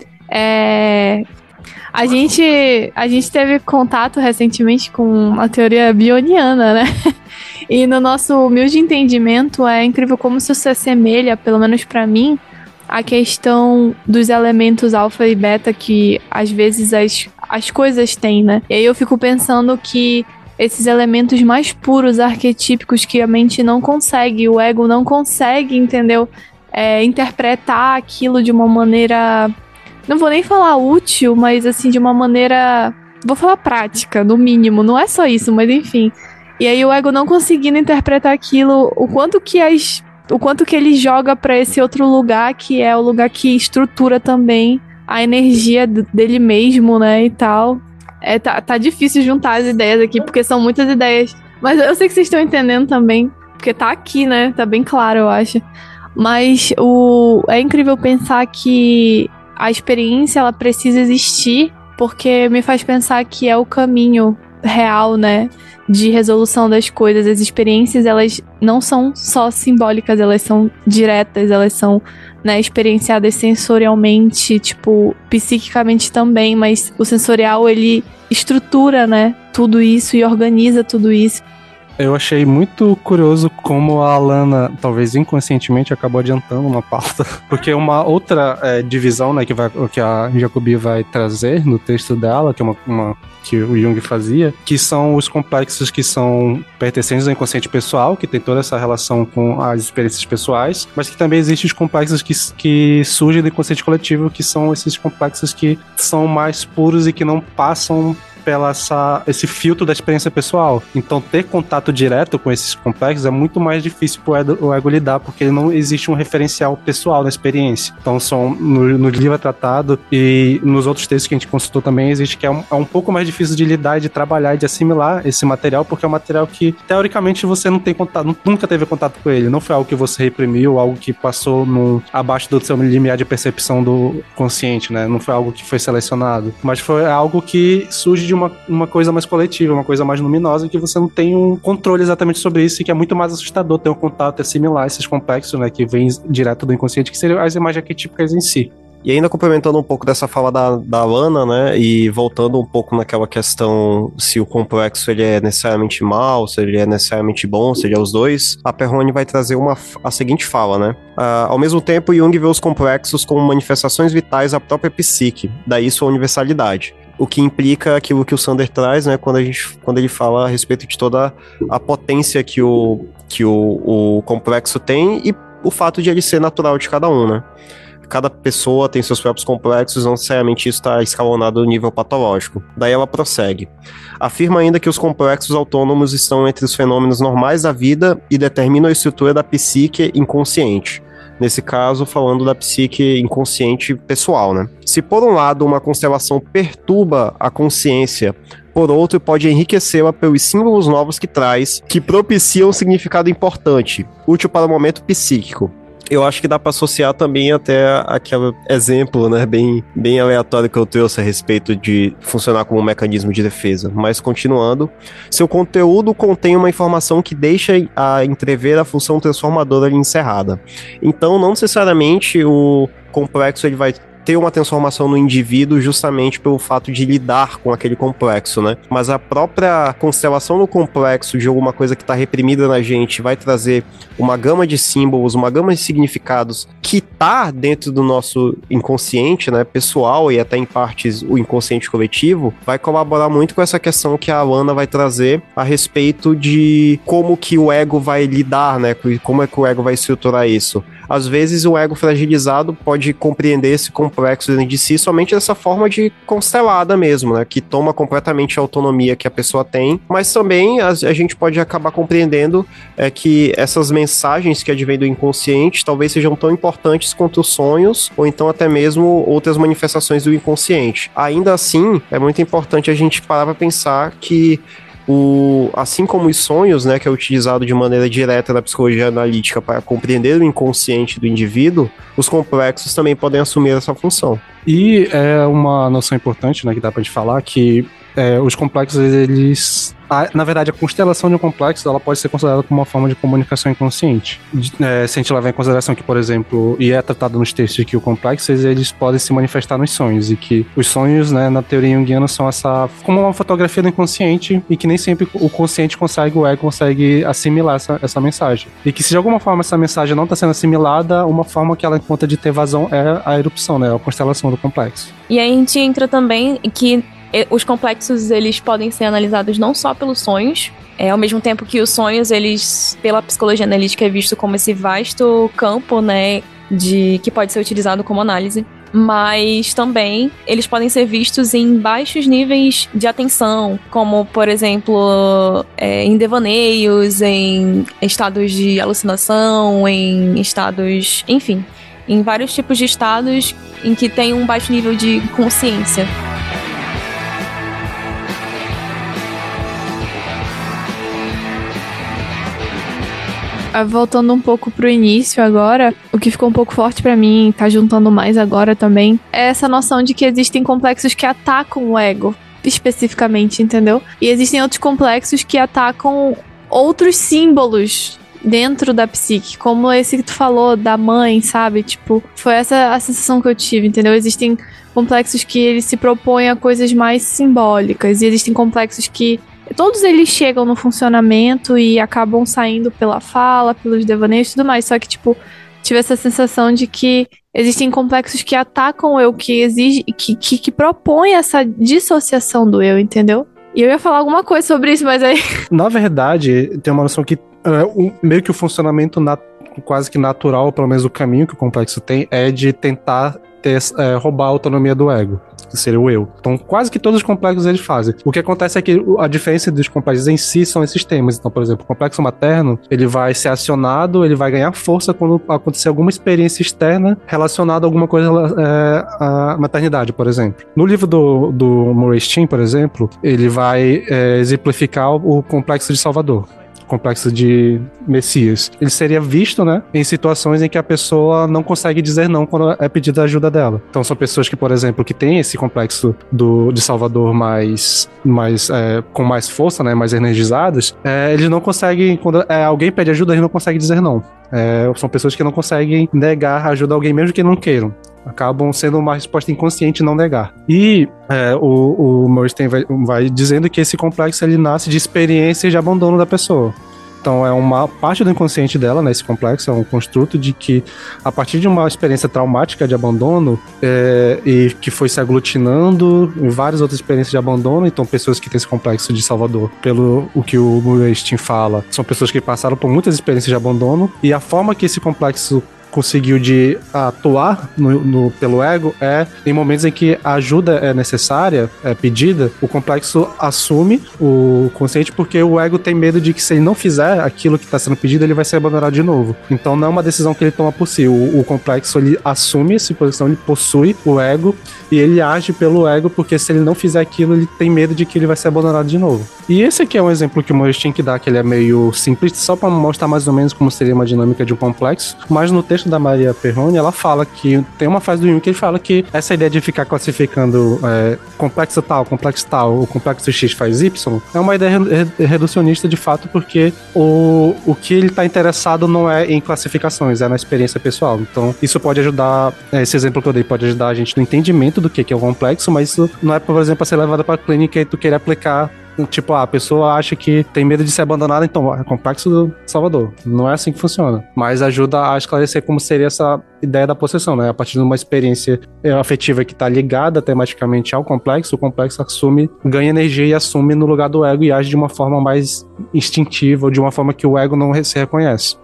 a gente teve contato recentemente com a teoria bioniana, né? E no nosso humilde entendimento, é incrível como isso se assemelha, pelo menos pra mim, à questão dos elementos alfa e beta que às vezes as coisas têm, né? E aí eu fico pensando que esses elementos mais puros, arquetípicos, que a mente não consegue, o ego não consegue, entendeu? Interpretar aquilo de uma maneira... Não vou nem falar útil, mas assim, de uma maneira... Vou falar prática, no mínimo. Não é só isso, mas enfim. E aí o ego não conseguindo interpretar aquilo, o quanto que ele joga pra esse outro lugar, que é o lugar que estrutura também a energia dele mesmo, né, e tal. Tá difícil juntar as ideias aqui, porque são muitas ideias. Mas eu sei que vocês estão entendendo também, porque tá aqui, né, tá bem claro, eu acho. Mas é incrível pensar que a experiência, ela precisa existir, porque me faz pensar que é o caminho. real, né, de resolução das coisas. As experiências, elas não são só simbólicas, elas são diretas, elas são, né, experienciadas sensorialmente, tipo, psiquicamente também, mas o sensorial, ele estrutura, né, tudo isso e organiza tudo isso. Eu achei muito curioso como a Alana, talvez inconscientemente, acabou adiantando uma pauta. Porque uma outra divisão, né, que a Jacobi vai trazer no texto dela, que é uma que o Jung fazia, que são os complexos que são pertencentes ao inconsciente pessoal, que tem toda essa relação com as experiências pessoais, mas que também existem os complexos que surgem do inconsciente coletivo, que são esses complexos que são mais puros e que não passam pela esse filtro da experiência pessoal. Então, ter contato direto com esses complexos é muito mais difícil o ego lidar, porque não existe um referencial pessoal na experiência. Então, no livro tratado e nos outros textos que a gente consultou também, existe que é um pouco mais difícil de lidar, de trabalhar e de assimilar esse material, porque é um material que, teoricamente, você não tem contato, nunca teve contato com ele. Não foi algo que você reprimiu, algo que passou abaixo do seu limiar de percepção do consciente, né? Não foi algo que foi selecionado. Mas foi algo que surge de uma coisa mais coletiva, uma coisa mais luminosa, que você não tem um controle exatamente sobre isso, e que é muito mais assustador ter um contato e assimilar esses complexos, né, que vêm direto do inconsciente, que seriam as imagens arquetípicas em si. E ainda complementando um pouco dessa fala da Alana, né, e voltando um pouco naquela questão se o complexo ele é necessariamente mal, se ele é necessariamente bom, se ele é os dois, a Perrone vai trazer a seguinte fala, né? Ao mesmo tempo, Jung vê os complexos como manifestações vitais da própria psique, daí sua universalidade. O que implica aquilo que o Sander traz, né, quando ele fala a respeito de toda a potência que o complexo tem e o fato de ele ser natural de cada um, né? Cada pessoa tem seus próprios complexos, não necessariamente isso está escalonado no nível patológico. Daí ela prossegue. Afirma ainda que os complexos autônomos estão entre os fenômenos normais da vida e determinam a estrutura da psique inconsciente. Nesse caso, falando da psique inconsciente pessoal, né? Se por um lado uma constelação perturba a consciência, por outro pode enriquecê-la pelos símbolos novos que traz, que propiciam um significado importante, útil para o momento psíquico. Eu acho que dá para associar também até aquele exemplo, né, bem aleatório que eu trouxe a respeito de funcionar como um mecanismo de defesa. Mas continuando, seu conteúdo contém uma informação que deixa a entrever a função transformadora ali encerrada. Então, não necessariamente o complexo ele vai ter uma transformação no indivíduo justamente pelo fato de lidar com aquele complexo, né? Mas a própria constelação do complexo de alguma coisa que está reprimida na gente vai trazer uma gama de símbolos, uma gama de significados que tá dentro do nosso inconsciente, né, pessoal e até em partes o inconsciente coletivo, vai colaborar muito com essa questão que a Alana vai trazer a respeito de como que o ego vai lidar, né? Como é que o ego vai estruturar isso. Às vezes o ego fragilizado pode compreender esse complexo dentro de si somente dessa forma de constelada mesmo, né? Que toma completamente a autonomia que a pessoa tem, mas também a gente pode acabar compreendendo que essas mensagens que advêm do inconsciente talvez sejam tão importantes quanto os sonhos, ou então até mesmo outras manifestações do inconsciente. Ainda assim, é muito importante a gente parar para pensar que assim como os sonhos, né, que é utilizado de maneira direta na psicologia analítica para compreender o inconsciente do indivíduo, os complexos também podem assumir essa função. E é uma noção importante, né, que dá pra gente falar, que os complexos, eles... Na verdade, a constelação de um complexo, ela pode ser considerada como uma forma de comunicação inconsciente. Se a gente levar em consideração que, por exemplo, e é tratado nos textos que o complexo, eles podem se manifestar nos sonhos, e que os sonhos, né, na teoria junguiana, são como uma fotografia do inconsciente, e que nem sempre o consciente o ego consegue assimilar essa mensagem. E que se de alguma forma essa mensagem não está sendo assimilada, uma forma que ela encontra de ter vazão é a erupção, né, a constelação do complexo. E aí a gente entra também que os complexos, eles podem ser analisados não só pelos sonhos, ao mesmo tempo que os sonhos, eles, pela psicologia analítica, é visto como esse vasto campo, né, que pode ser utilizado como análise, mas também eles podem ser vistos em baixos níveis de atenção, como, por exemplo, em devaneios, em estados de alucinação, em estados, enfim, em vários tipos de estados em que tem um baixo nível de consciência. Voltando um pouco pro início agora, o que ficou um pouco forte pra mim, tá juntando mais agora também, é essa noção de que existem complexos que atacam o ego. especificamente, entendeu? E existem outros complexos que atacam outros símbolos dentro da psique, como esse que tu falou da mãe, sabe? Tipo, foi essa a sensação que eu tive, entendeu? Existem complexos que eles se propõem a coisas mais simbólicas, e existem complexos que todos eles chegam no funcionamento e acabam saindo pela fala, pelos devaneios e tudo mais, só que, tipo, tive essa sensação de que existem complexos que atacam o eu, que exige, que propõem essa dissociação do eu, entendeu? E eu ia falar alguma coisa sobre isso, mas aí... Na verdade, tem uma noção que meio que o funcionamento quase que natural, pelo menos o caminho que o complexo tem, é de tentar roubar a autonomia do ego, que seria o eu. Então, quase que todos os complexos eles fazem. O que acontece é que a diferença dos complexos em si são esses temas. Então, por exemplo, o complexo materno, ele vai ser acionado, ele vai ganhar força quando acontecer alguma experiência externa relacionada a alguma coisa à maternidade, por exemplo. No livro do Murray Steen, por exemplo, ele vai exemplificar o complexo de Salvador. Complexo de Messias. Ele seria visto, né, em situações em que a pessoa não consegue dizer não quando é pedida a ajuda dela. Então são pessoas que, por exemplo, que têm esse complexo de Salvador com mais força, né, mais energizados, eles não conseguem, quando alguém pede ajuda, eles não conseguem dizer não. São pessoas que não conseguem negar ajuda a alguém mesmo que não queiram. Acabam sendo uma resposta inconsciente não negar. E o Murray vai dizendo que esse complexo ele nasce de experiências de abandono da pessoa. Então é uma parte do inconsciente dela, né, esse complexo, é um construto de que a partir de uma experiência traumática de abandono e que foi se aglutinando em várias outras experiências de abandono, então pessoas que têm esse complexo de Salvador, pelo o que o Murray Steen fala, são pessoas que passaram por muitas experiências de abandono, e a forma que esse complexo conseguiu de atuar pelo ego em momentos em que a ajuda é necessária, é pedida, o complexo assume o consciente porque o ego tem medo de que se ele não fizer aquilo que está sendo pedido, ele vai ser abandonado de novo. Então não é uma decisão que ele toma por si. O complexo ele assume essa posição, ele possui o ego e ele age pelo ego porque se ele não fizer aquilo, ele tem medo de que ele vai ser abandonado de novo. E esse aqui é um exemplo que o Murray Steen dá, que ele é meio simples, só para mostrar mais ou menos como seria uma dinâmica de um complexo, mas no texto da Maria Perrone, ela fala que tem uma fase do Jung que ele fala que essa ideia de ficar classificando complexo tal, o complexo X faz Y, é uma ideia reducionista de fato, porque o que ele está interessado não é em classificações, é na experiência pessoal. Então, isso pode ajudar, esse exemplo que eu dei pode ajudar a gente no entendimento do que é um complexo, mas isso não é, por exemplo, para ser levado para a clínica e tu querer aplicar. Tipo, a pessoa acha que tem medo de ser abandonada, então é complexo do Salvador. Não é assim que funciona. Mas ajuda a esclarecer como seria essa ideia da possessão, né? A partir de uma experiência afetiva que está ligada tematicamente ao complexo, o complexo ganha energia e assume no lugar do ego e age de uma forma mais instintiva, ou de uma forma que o ego não se reconhece.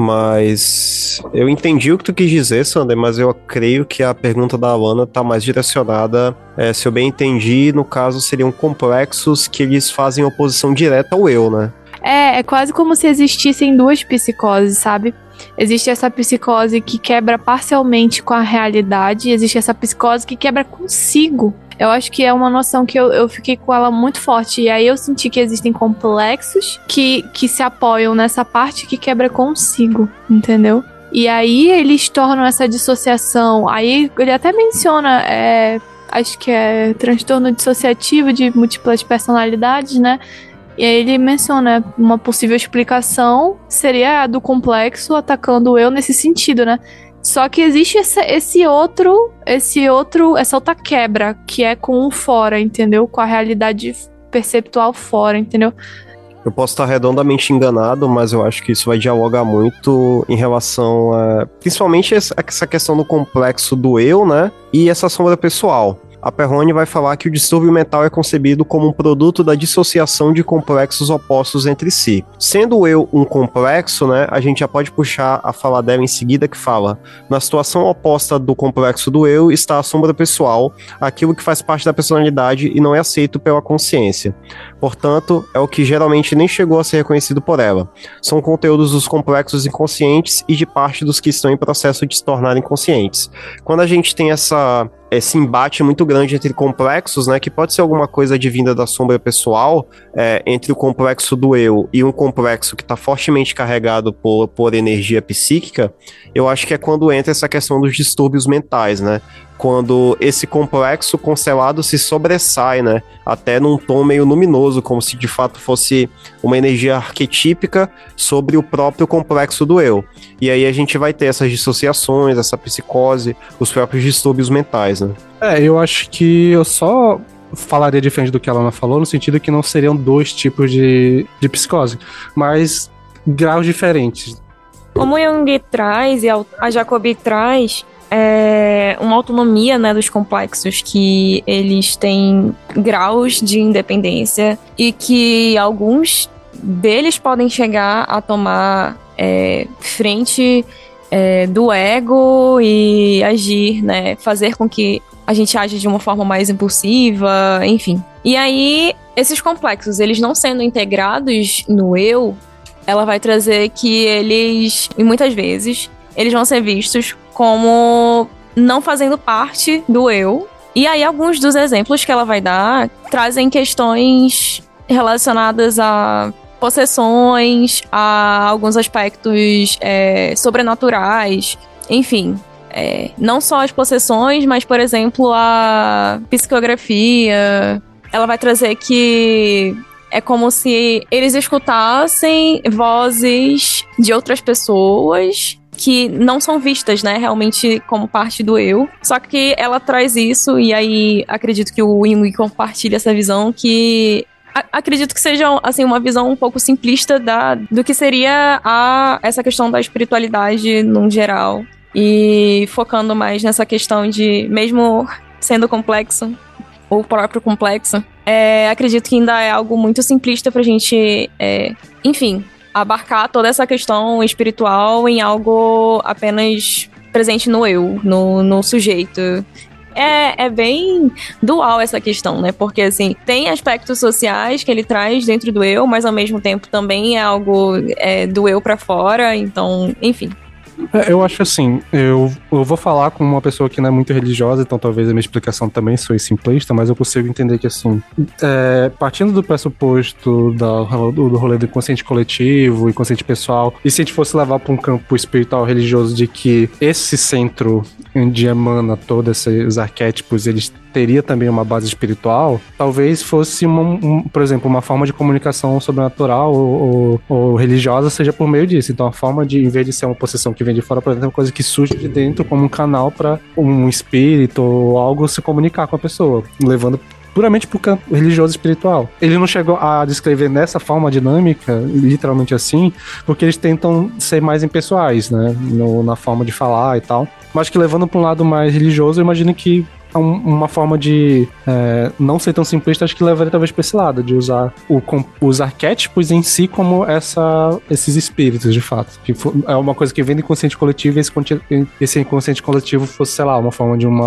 Mas eu entendi o que tu quis dizer, Sander, mas eu creio que a pergunta da Alana tá mais direcionada, se eu bem entendi, no caso seriam complexos que eles fazem oposição direta ao eu, né? É quase como se existissem duas psicoses, sabe? Existe essa psicose que quebra parcialmente com a realidade, existe essa psicose que quebra consigo. Eu acho que é uma noção que eu fiquei com ela muito forte. E aí eu senti que existem complexos que se apoiam nessa parte que quebra consigo, entendeu? E aí eles tornam essa dissociação. Aí ele até menciona, acho que é transtorno dissociativo de múltiplas personalidades, né? E aí ele menciona uma possível explicação seria a do complexo atacando o eu nesse sentido, né? Só que existe essa outra quebra, que é com o fora, entendeu? Com a realidade perceptual fora, entendeu? Eu posso estar redondamente enganado, mas eu acho que isso vai dialogar muito em relação a... principalmente essa questão do complexo do eu, né? E essa sombra pessoal. A Perrone vai falar que o distúrbio mental é concebido como um produto da dissociação de complexos opostos entre si. Sendo o eu um complexo, né, a gente já pode puxar a fala dela em seguida, que fala: na situação oposta do complexo do eu está a sombra pessoal, aquilo que faz parte da personalidade e não é aceito pela consciência. Portanto, é o que geralmente nem chegou a ser reconhecido por ela. São conteúdos dos complexos inconscientes e de parte dos que estão em processo de se tornarem conscientes. Quando a gente tem esse embate muito grande entre complexos, né, que pode ser alguma coisa advinda da sombra pessoal, entre o complexo do eu e um complexo que está fortemente carregado por energia psíquica, eu acho que é quando entra essa questão dos distúrbios mentais, né? quando esse complexo concelado se sobressai, né? Até num tom meio luminoso, como se de fato fosse uma energia arquetípica sobre o próprio complexo do eu. E aí a gente vai ter essas dissociações, essa psicose, os próprios distúrbios mentais, né? Eu acho que eu só falaria diferente do que a Lana falou, no sentido que não seriam dois tipos de psicose, mas graus diferentes. Como Jung traz e a Jacobi traz, uma autonomia, né, dos complexos, que eles têm graus de independência e que alguns deles podem chegar a tomar frente do ego e agir, né, fazer com que a gente age de uma forma mais impulsiva, enfim. E aí, esses complexos, eles não sendo integrados no eu, ela vai trazer que eles, e muitas vezes, eles vão ser vistos como não fazendo parte do eu. E aí, alguns dos exemplos que ela vai dar trazem questões relacionadas a possessões, a alguns aspectos sobrenaturais, enfim. Não só as possessões, mas, por exemplo, a psicografia. Ela vai trazer que é como se eles escutassem vozes de outras pessoas que não são vistas, né, realmente como parte do eu. Só que ela traz isso, e aí acredito que o Jung compartilha essa visão, que acredito que seja, assim, uma visão um pouco simplista do que seria essa questão da espiritualidade num geral. E focando mais nessa questão de, mesmo sendo complexo, o próprio complexo, acredito que ainda é algo muito simplista pra gente, enfim, abarcar toda essa questão espiritual em algo apenas presente no eu, no sujeito. É bem dual essa questão, né? Porque, assim, tem aspectos sociais que ele traz dentro do eu, mas ao mesmo tempo também é algo do eu pra fora, então, enfim. Eu acho assim, eu vou falar com uma pessoa que não é muito religiosa, então talvez a minha explicação também soe simplista, mas eu consigo entender que, assim, partindo do pressuposto do rolê do inconsciente coletivo, inconsciente pessoal, e se a gente fosse levar para um campo espiritual religioso de que esse centro onde emana todos esses arquétipos, eles teria também uma base espiritual, talvez fosse, por exemplo, uma forma de comunicação sobrenatural ou religiosa seja por meio disso. Então, a forma de, em vez de ser uma possessão que vem de fora, por exemplo, é uma coisa que surge de dentro como um canal para um espírito ou algo se comunicar com a pessoa, levando puramente pro campo religioso espiritual. Ele não chegou a descrever nessa forma dinâmica, literalmente assim, porque eles tentam ser mais impessoais, né, na forma de falar e tal. Mas que levando para um lado mais religioso, eu imagino que uma forma de não ser tão simplista, acho que levaria talvez para esse lado, de usar os arquétipos em si como esses espíritos, de fato. Que é uma coisa que vem do inconsciente coletivo, e esse inconsciente coletivo fosse, sei lá, uma forma de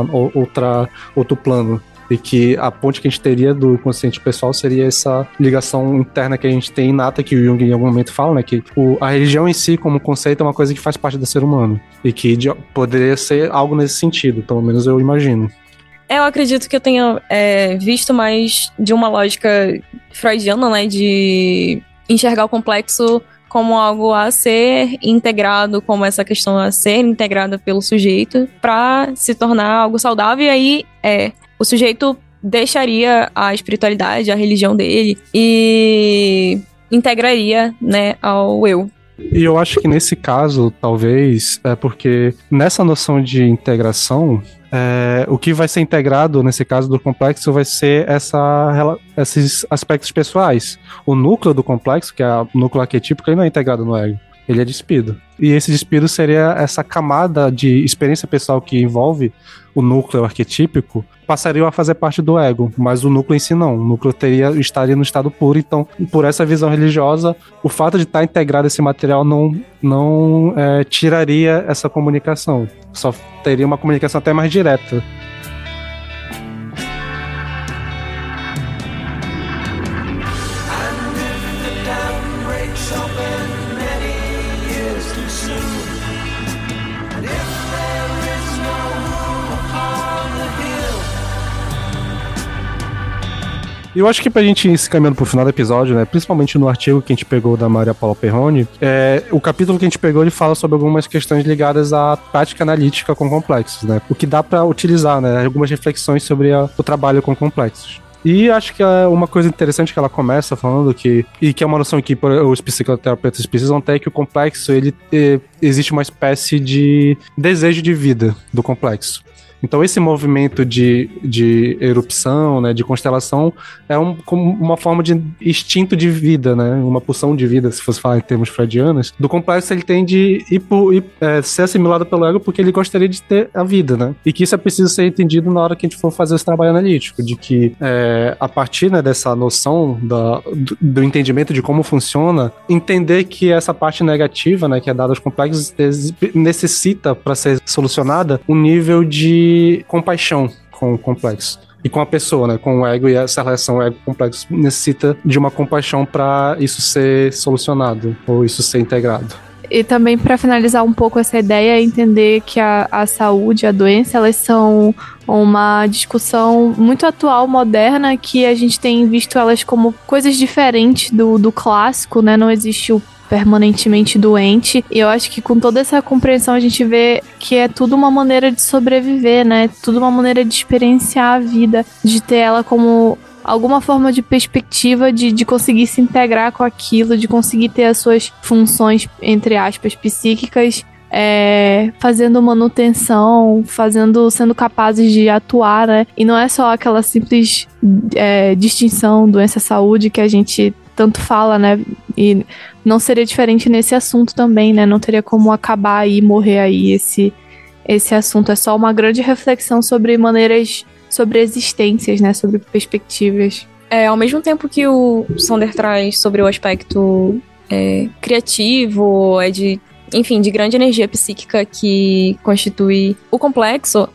outro plano. E que a ponte que a gente teria do inconsciente pessoal seria essa ligação interna que a gente tem inata, que o Jung em algum momento fala, né? Que a religião em si, como conceito, é uma coisa que faz parte do ser humano. E que poderia ser algo nesse sentido, pelo menos eu imagino. Eu acredito que eu tenha visto mais de uma lógica freudiana, né? De enxergar o complexo como algo a ser integrado, como essa questão a ser integrada pelo sujeito para se tornar algo saudável. E aí, o sujeito deixaria a espiritualidade, a religião dele e integraria, né, ao eu. E eu acho que nesse caso, talvez, porque nessa noção de integração, o que vai ser integrado, nesse caso do complexo, vai ser esses aspectos pessoais. O núcleo do complexo, que é o núcleo arquetípico, ele não é integrado no ego. Ele é despido. E esse despido seria essa camada de experiência pessoal que envolve o núcleo arquetípico, passaria a fazer parte do ego, mas o núcleo em si não. O núcleo estaria no estado puro. Então, por essa visão religiosa, o fato de estar integrado esse material não tiraria essa comunicação. Só teria uma comunicação até mais direta. E eu acho que pra gente ir se caminhando pro final do episódio, né, principalmente no artigo que a gente pegou da Maria Paula Perrone, o capítulo que a gente pegou, ele fala sobre algumas questões ligadas à prática analítica com complexos, né, o que dá pra utilizar, né, algumas reflexões sobre o trabalho com complexos. E acho que é uma coisa interessante que ela começa falando que é uma noção que os psicoterapeutas precisam ter, é que o complexo, existe uma espécie de desejo de vida do complexo. Então esse movimento de erupção, né, de constelação, como uma forma de instinto de vida, né, uma pulsão de vida, se fosse falar em termos freudianos, do complexo. Ele tem de ser assimilado pelo ego porque ele gostaria de ter a vida, né, e que isso é preciso ser entendido na hora que a gente for fazer esse trabalho analítico, de que a partir, né, dessa noção do entendimento de como funciona, entender que essa parte negativa, né, que é dada aos complexos, necessita, para ser solucionada, um nível de compaixão com o complexo e com a pessoa, né, com o ego, e essa relação ego-complexo necessita de uma compaixão para isso ser solucionado ou isso ser integrado. E também, para finalizar um pouco essa ideia, é entender que a saúde, a doença, elas são uma discussão muito atual, moderna, que a gente tem visto elas como coisas diferentes do clássico, né? Não existe o permanentemente doente, e eu acho que com toda essa compreensão a gente vê que é tudo uma maneira de sobreviver, né? Tudo uma maneira de experienciar a vida, de ter ela como alguma forma de perspectiva de conseguir se integrar com aquilo, de conseguir ter as suas funções, entre aspas, psíquicas, fazendo manutenção, sendo capazes de atuar, né? E não é só aquela simples distinção doença-saúde que a gente tanto fala, né? E não seria diferente nesse assunto também, né? Não teria como acabar aí, morrer aí esse assunto. É só uma grande reflexão sobre maneiras, sobre existências, né? Sobre perspectivas. Ao mesmo tempo que o Sonder traz sobre o aspecto criativo, de grande energia psíquica que constitui o complexo,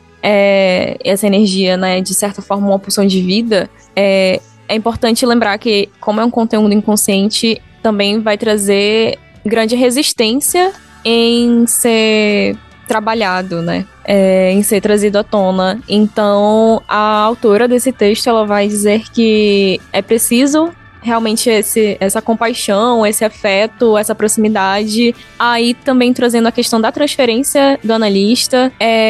essa energia, né? De certa forma, uma pulsão de vida, é importante lembrar que, como é um conteúdo inconsciente, também vai trazer grande resistência em ser trabalhado, né? Em ser trazido à tona. Então, a autora desse texto, ela vai dizer que é preciso realmente essa compaixão, esse afeto, essa proximidade. Aí também trazendo a questão da transferência do analista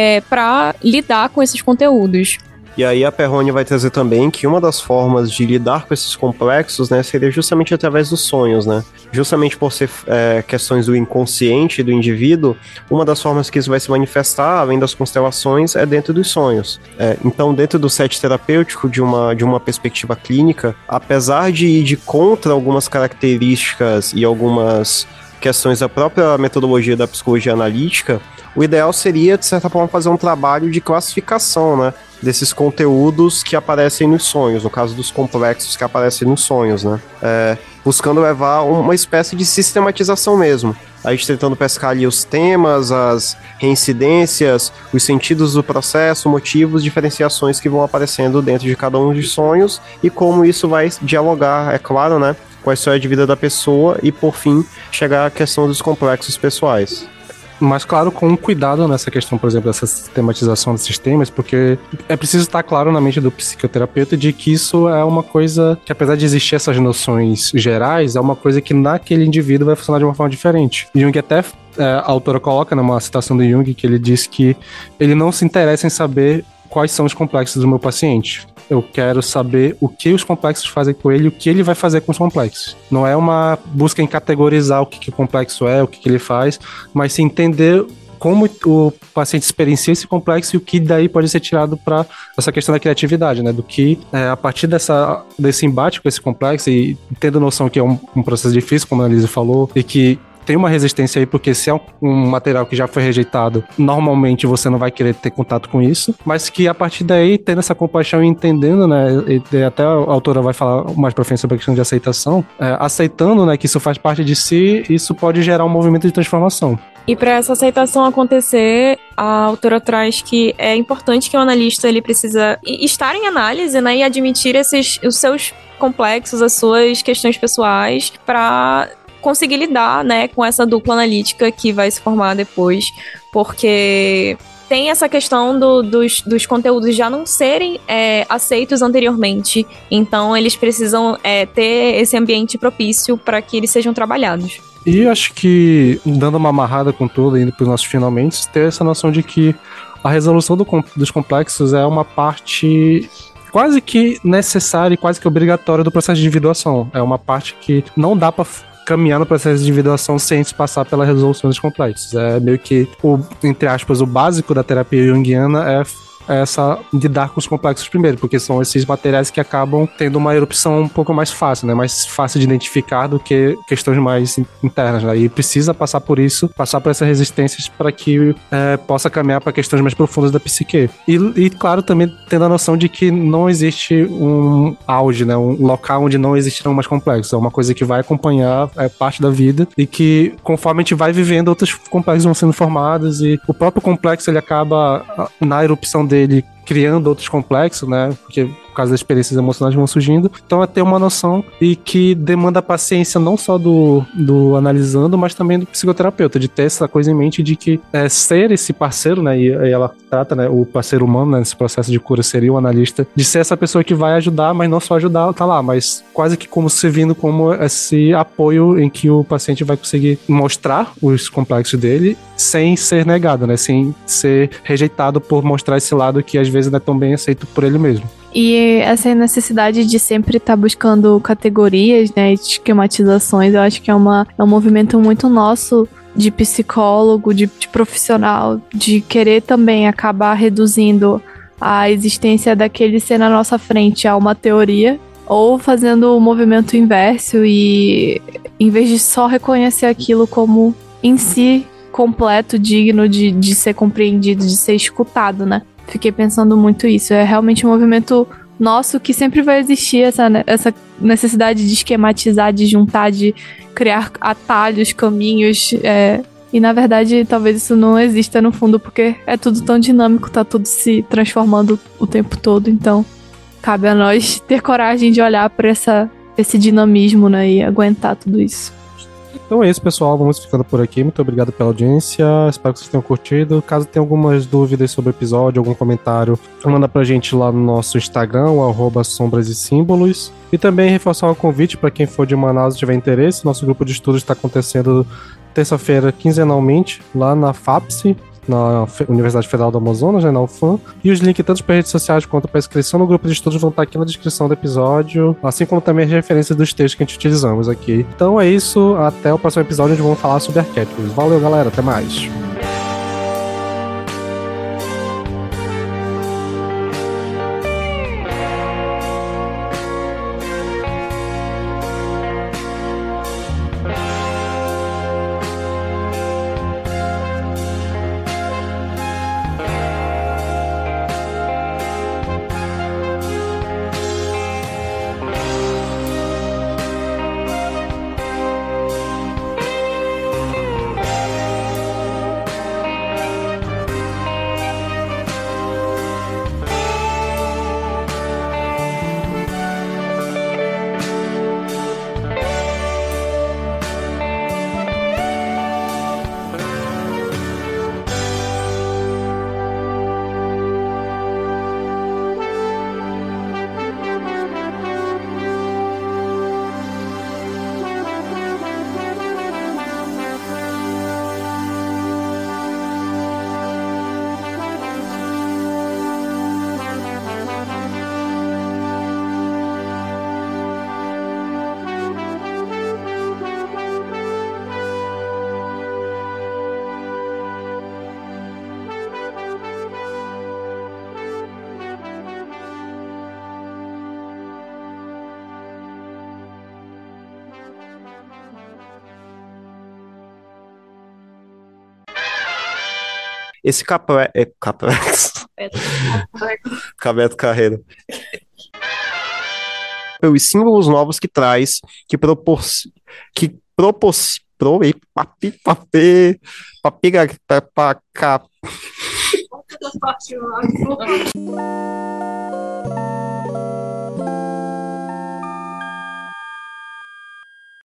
para lidar com esses conteúdos. E aí a Perrone vai trazer também que uma das formas de lidar com esses complexos, né, seria justamente através dos sonhos, né? Justamente por ser questões do inconsciente do indivíduo, uma das formas que isso vai se manifestar, além das constelações, é dentro dos sonhos. Então, dentro do set terapêutico, de uma perspectiva clínica, apesar de ir de contra algumas características e algumas questões da própria metodologia da psicologia analítica, o ideal seria, de certa forma, fazer um trabalho de classificação, né, desses conteúdos que aparecem nos sonhos, no caso dos complexos que aparecem nos sonhos, né, buscando levar uma espécie de sistematização mesmo. A gente tentando pescar ali os temas, as reincidências, os sentidos do processo, motivos, diferenciações que vão aparecendo dentro de cada um dos sonhos e como isso vai dialogar, é claro, né, com a história de vida da pessoa e, por fim, chegar à questão dos complexos pessoais. Mas, claro, com um cuidado nessa questão, por exemplo, dessa sistematização desses temas, porque é preciso estar claro na mente do psicoterapeuta de que isso é uma coisa que, apesar de existir essas noções gerais, é uma coisa que naquele indivíduo vai funcionar de uma forma diferente. Jung até, a autora coloca numa citação do Jung, que ele diz que ele não se interessa em saber quais são os complexos do meu paciente. Eu quero saber o que os complexos fazem com ele e o que ele vai fazer com os complexos. Não é uma busca em categorizar o que o complexo é, o que ele faz, mas sim entender como o paciente experiencia esse complexo e o que daí pode ser tirado para essa questão da criatividade, né? Do que, a partir desse embate com esse complexo, e tendo noção que é um processo difícil, como a Annalise falou, e que tem uma resistência aí, porque se é um material que já foi rejeitado, normalmente você não vai querer ter contato com isso, mas que a partir daí, tendo essa compaixão e entendendo, né, e até a autora vai falar mais pra frente sobre a questão de aceitação, aceitando, né, que isso faz parte de si, isso pode gerar um movimento de transformação. E para essa aceitação acontecer, a autora traz que é importante que o analista ele precisa estar em análise, né, e admitir os seus complexos, as suas questões pessoais, para conseguir lidar, né, com essa dupla analítica que vai se formar depois, porque tem essa questão dos conteúdos já não serem aceitos anteriormente. Então, eles precisam ter esse ambiente propício para que eles sejam trabalhados. E acho que, dando uma amarrada com tudo, indo para os nossos finalmente, ter essa noção de que a resolução dos complexos é uma parte quase que necessária e quase que obrigatória do processo de individuação. É uma parte que não dá para caminhar no processo de individuação sem antes passar pela resolução dos complexos. É meio que, entre aspas, o básico da terapia junguiana é essa lidar com os complexos primeiro, porque são esses materiais que acabam tendo uma erupção um pouco mais fácil, né? Mais fácil de identificar do que questões mais internas, né? E precisa passar por isso, passar por essas resistências para que possa caminhar para questões mais profundas da psique. E claro, também tendo a noção de que não existe um auge, né? Um local onde não existirão mais complexos. É uma coisa que vai acompanhar, é parte da vida, e que conforme a gente vai vivendo, outros complexos vão sendo formados, e o próprio complexo ele acaba, na erupção dele, criando outros complexos, né? Porque por causa das experiências emocionais vão surgindo. Então é ter uma noção e que demanda paciência não só do analisando, mas também do psicoterapeuta, de ter essa coisa em mente de que ser esse parceiro, né? E ela trata, né, o parceiro humano, né, nesse processo de cura seria o analista, de ser essa pessoa que vai ajudar, mas não só ajudar, tá lá, mas quase que como servindo como esse apoio em que o paciente vai conseguir mostrar os complexos dele sem ser negado, né? Sem ser rejeitado por mostrar esse lado que às vezes não é tão bem aceito por ele mesmo. E essa necessidade de sempre estar buscando categorias, né, esquematizações, eu acho que é um movimento muito nosso de psicólogo, de profissional, de querer também acabar reduzindo a existência daquele ser na nossa frente a uma teoria, ou fazendo o movimento inverso e, em vez de só reconhecer aquilo como em si completo, digno de ser compreendido, de ser escutado, né? Fiquei pensando muito isso. É realmente um movimento nosso que sempre vai existir essa necessidade de esquematizar, de juntar, de criar atalhos, caminhos. E na verdade, talvez isso não exista no fundo, porque é tudo tão dinâmico, tá tudo se transformando o tempo todo. Então, cabe a nós ter coragem de olhar para esse dinamismo, né, e aguentar tudo isso. Então é isso, pessoal. Vamos ficando por aqui. Muito obrigado pela audiência. Espero que vocês tenham curtido. Caso tenha algumas dúvidas sobre o episódio, algum comentário, manda pra gente lá no nosso Instagram, @sombras e símbolos. E também reforçar o convite para quem for de Manaus e tiver interesse. Nosso grupo de estudos está acontecendo terça-feira, quinzenalmente, lá na FAPSE, na Universidade Federal do Amazonas, né, na UFAM. E os links tanto para redes sociais quanto para inscrição no grupo de estudos vão estar aqui na descrição do episódio, assim como também as referências dos textos que a gente utilizamos aqui. Então é isso, até o próximo episódio onde vamos falar sobre arquétipos. Valeu, galera, até mais! Esse Capex. Cabeto Carreiro. Os símbolos novos que traz, que